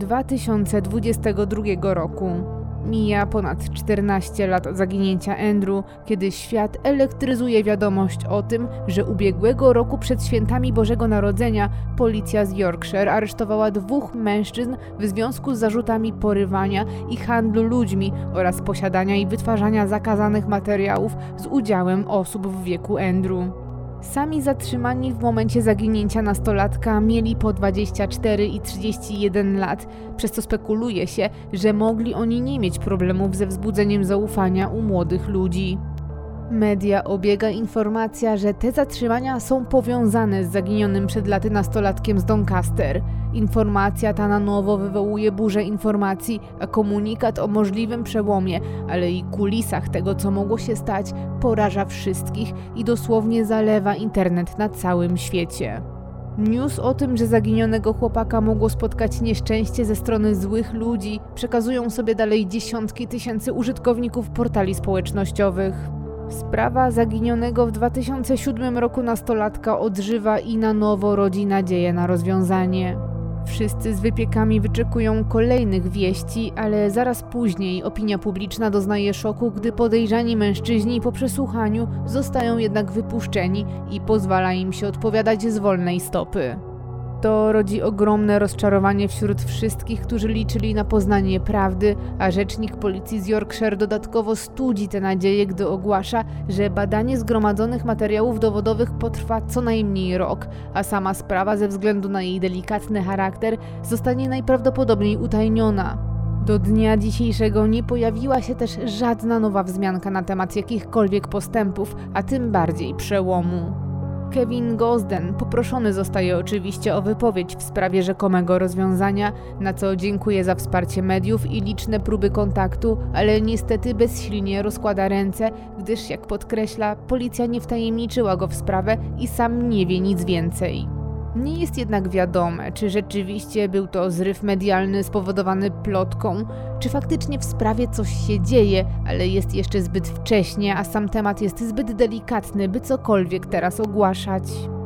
2022 roku. Mija ponad 14 lat od zaginięcia Andrew, kiedy świat elektryzuje wiadomość o tym, że ubiegłego roku przed świętami Bożego Narodzenia policja z Yorkshire aresztowała 2 mężczyzn w związku z zarzutami porywania i handlu ludźmi oraz posiadania i wytwarzania zakazanych materiałów z udziałem osób w wieku Andrew. Sami zatrzymani w momencie zaginięcia nastolatka mieli po 24 i 31 lat, przez co spekuluje się, że mogli oni nie mieć problemów ze wzbudzeniem zaufania u młodych ludzi. Media obiega informacja, że te zatrzymania są powiązane z zaginionym przed laty nastolatkiem z Doncaster. Informacja ta na nowo wywołuje burzę informacji, a komunikat o możliwym przełomie, ale i kulisach tego, co mogło się stać, poraża wszystkich i dosłownie zalewa internet na całym świecie. News o tym, że zaginionego chłopaka mogło spotkać nieszczęście ze strony złych ludzi, przekazują sobie dalej dziesiątki tysięcy użytkowników portali społecznościowych. Sprawa zaginionego w 2007 roku nastolatka odżywa i na nowo rodzi nadzieję na rozwiązanie. Wszyscy z wypiekami wyczekują kolejnych wieści, ale zaraz później opinia publiczna doznaje szoku, gdy podejrzani mężczyźni po przesłuchaniu zostają jednak wypuszczeni i pozwala im się odpowiadać z wolnej stopy. To rodzi ogromne rozczarowanie wśród wszystkich, którzy liczyli na poznanie prawdy, a rzecznik policji z Yorkshire dodatkowo studzi tę nadzieję, gdy ogłasza, że badanie zgromadzonych materiałów dowodowych potrwa co najmniej rok, a sama sprawa ze względu na jej delikatny charakter zostanie najprawdopodobniej utajniona. Do dnia dzisiejszego nie pojawiła się też żadna nowa wzmianka na temat jakichkolwiek postępów, a tym bardziej przełomu. Kevin Gosden poproszony zostaje oczywiście o wypowiedź w sprawie rzekomego rozwiązania, na co dziękuję za wsparcie mediów i liczne próby kontaktu, ale niestety bezsilnie rozkłada ręce, gdyż jak podkreśla, policja nie wtajemniczyła go w sprawę i sam nie wie nic więcej. Nie jest jednak wiadome, czy rzeczywiście był to zryw medialny spowodowany plotką, czy faktycznie w sprawie coś się dzieje, ale jest jeszcze zbyt wcześnie, a sam temat jest zbyt delikatny, by cokolwiek teraz ogłaszać.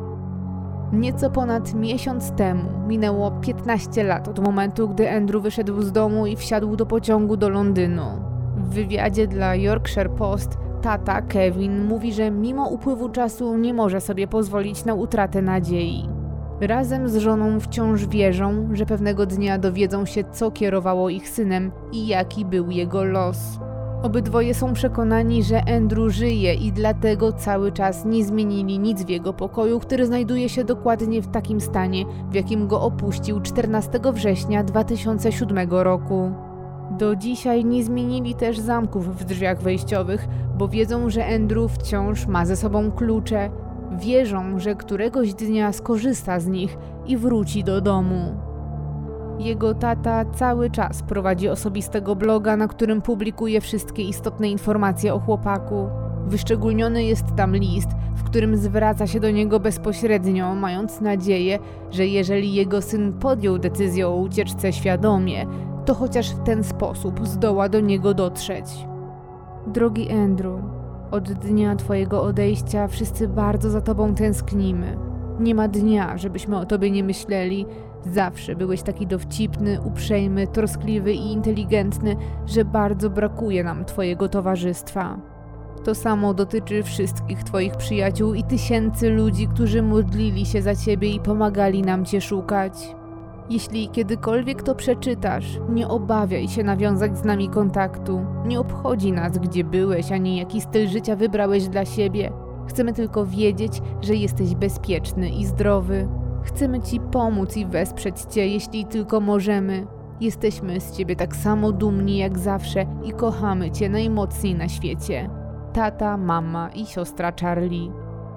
Nieco ponad miesiąc temu minęło 15 lat od momentu, gdy Andrew wyszedł z domu i wsiadł do pociągu do Londynu. W wywiadzie dla Yorkshire Post tata Kevin mówi, że mimo upływu czasu nie może sobie pozwolić na utratę nadziei. Razem z żoną wciąż wierzą, że pewnego dnia dowiedzą się, co kierowało ich synem i jaki był jego los. Obydwoje są przekonani, że Andrew żyje i dlatego cały czas nie zmienili nic w jego pokoju, który znajduje się dokładnie w takim stanie, w jakim go opuścił 14 września 2007 roku. Do dzisiaj nie zmienili też zamków w drzwiach wejściowych, bo wiedzą, że Andrew wciąż ma ze sobą klucze. Wierzą, że któregoś dnia skorzysta z nich i wróci do domu. Jego tata cały czas prowadzi osobistego bloga, na którym publikuje wszystkie istotne informacje o chłopaku. Wyszczególniony jest tam list, w którym zwraca się do niego bezpośrednio, mając nadzieję, że jeżeli jego syn podjął decyzję o ucieczce świadomie, to chociaż w ten sposób zdoła do niego dotrzeć. Drogi Andrew, od dnia twojego odejścia wszyscy bardzo za tobą tęsknimy. Nie ma dnia, żebyśmy o tobie nie myśleli. Zawsze byłeś taki dowcipny, uprzejmy, troskliwy i inteligentny, że bardzo brakuje nam twojego towarzystwa. To samo dotyczy wszystkich twoich przyjaciół i tysięcy ludzi, którzy modlili się za ciebie i pomagali nam cię szukać. Jeśli kiedykolwiek to przeczytasz, nie obawiaj się nawiązać z nami kontaktu. Nie obchodzi nas, gdzie byłeś, ani jaki styl życia wybrałeś dla siebie. Chcemy tylko wiedzieć, że jesteś bezpieczny i zdrowy. Chcemy ci pomóc i wesprzeć cię, jeśli tylko możemy. Jesteśmy z ciebie tak samo dumni jak zawsze i kochamy cię najmocniej na świecie. Tata, mama i siostra Charlie.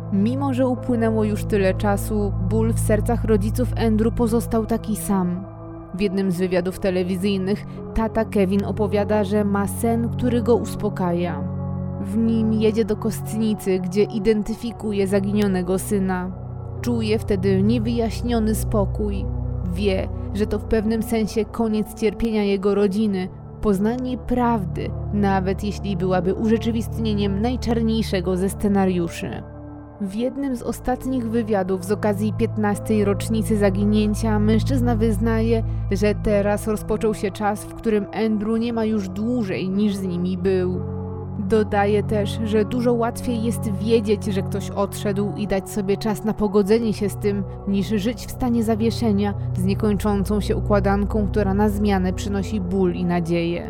Mimo że upłynęło już tyle czasu, ból w sercach rodziców Andrew pozostał taki sam. W jednym z wywiadów telewizyjnych tata Kevin opowiada, że ma sen, który go uspokaja. W nim jedzie do kostnicy, gdzie identyfikuje zaginionego syna. Czuje wtedy niewyjaśniony spokój. Wie, że to w pewnym sensie koniec cierpienia jego rodziny, poznanie prawdy, nawet jeśli byłaby urzeczywistnieniem najczarniejszego ze scenariuszy. W jednym z ostatnich wywiadów z okazji 15. rocznicy zaginięcia mężczyzna wyznaje, że teraz rozpoczął się czas, w którym Andrew nie ma już dłużej niż z nimi był. Dodaje też, że dużo łatwiej jest wiedzieć, że ktoś odszedł i dać sobie czas na pogodzenie się z tym, niż żyć w stanie zawieszenia z niekończącą się układanką, która na zmianę przynosi ból i nadzieję.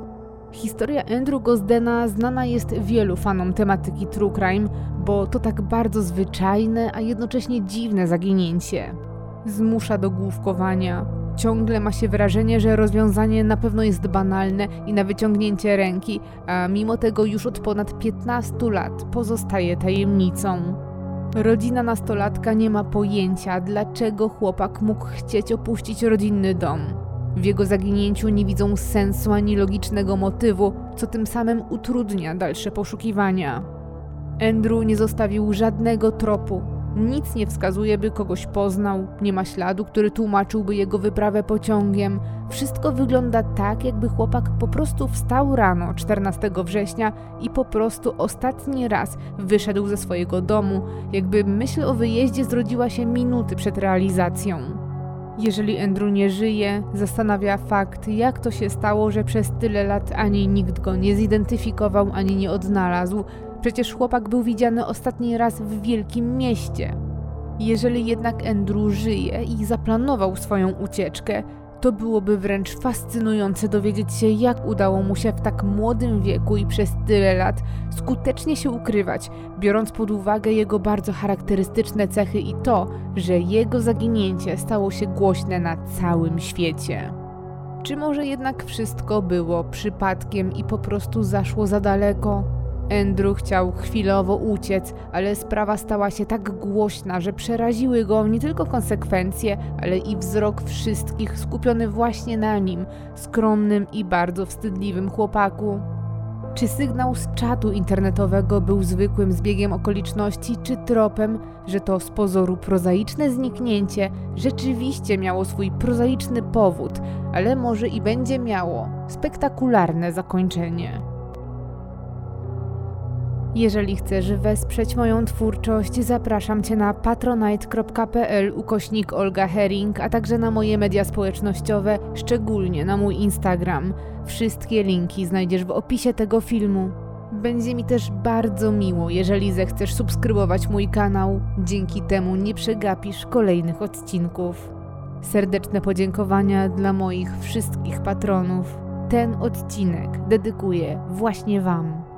Historia Andrew Gosdena znana jest wielu fanom tematyki true crime, bo to tak bardzo zwyczajne, a jednocześnie dziwne zaginięcie. Zmusza do główkowania. Ciągle ma się wrażenie, że rozwiązanie na pewno jest banalne i na wyciągnięcie ręki, a mimo tego już od ponad 15 lat pozostaje tajemnicą. Rodzina nastolatka nie ma pojęcia, dlaczego chłopak mógł chcieć opuścić rodzinny dom. W jego zaginięciu nie widzą sensu ani logicznego motywu, co tym samym utrudnia dalsze poszukiwania. Andrew nie zostawił żadnego tropu. Nic nie wskazuje, by kogoś poznał, nie ma śladu, który tłumaczyłby jego wyprawę pociągiem. Wszystko wygląda tak, jakby chłopak po prostu wstał rano 14 września i po prostu ostatni raz wyszedł ze swojego domu, jakby myśl o wyjeździe zrodziła się minuty przed realizacją. Jeżeli Andrew nie żyje, zastanawia fakt, jak to się stało, że przez tyle lat ani nikt go nie zidentyfikował, ani nie odnalazł. Przecież chłopak był widziany ostatni raz w wielkim mieście. Jeżeli jednak Andrew żyje i zaplanował swoją ucieczkę, to byłoby wręcz fascynujące dowiedzieć się, jak udało mu się w tak młodym wieku i przez tyle lat skutecznie się ukrywać, biorąc pod uwagę jego bardzo charakterystyczne cechy i to, że jego zaginięcie stało się głośne na całym świecie. Czy może jednak wszystko było przypadkiem i po prostu zaszło za daleko? Andrew chciał chwilowo uciec, ale sprawa stała się tak głośna, że przeraziły go nie tylko konsekwencje, ale i wzrok wszystkich skupiony właśnie na nim, skromnym i bardzo wstydliwym chłopaku. Czy sygnał z czatu internetowego był zwykłym zbiegiem okoliczności, czy tropem, że to z pozoru prozaiczne zniknięcie rzeczywiście miało swój prozaiczny powód, ale może i będzie miało spektakularne zakończenie? Jeżeli chcesz wesprzeć moją twórczość, zapraszam Cię na patronite.pl/Olga Hering, a także na moje media społecznościowe, szczególnie na mój Instagram. Wszystkie linki znajdziesz w opisie tego filmu. Będzie mi też bardzo miło, jeżeli zechcesz subskrybować mój kanał. Dzięki temu nie przegapisz kolejnych odcinków. Serdeczne podziękowania dla moich wszystkich patronów. Ten odcinek dedykuję właśnie Wam.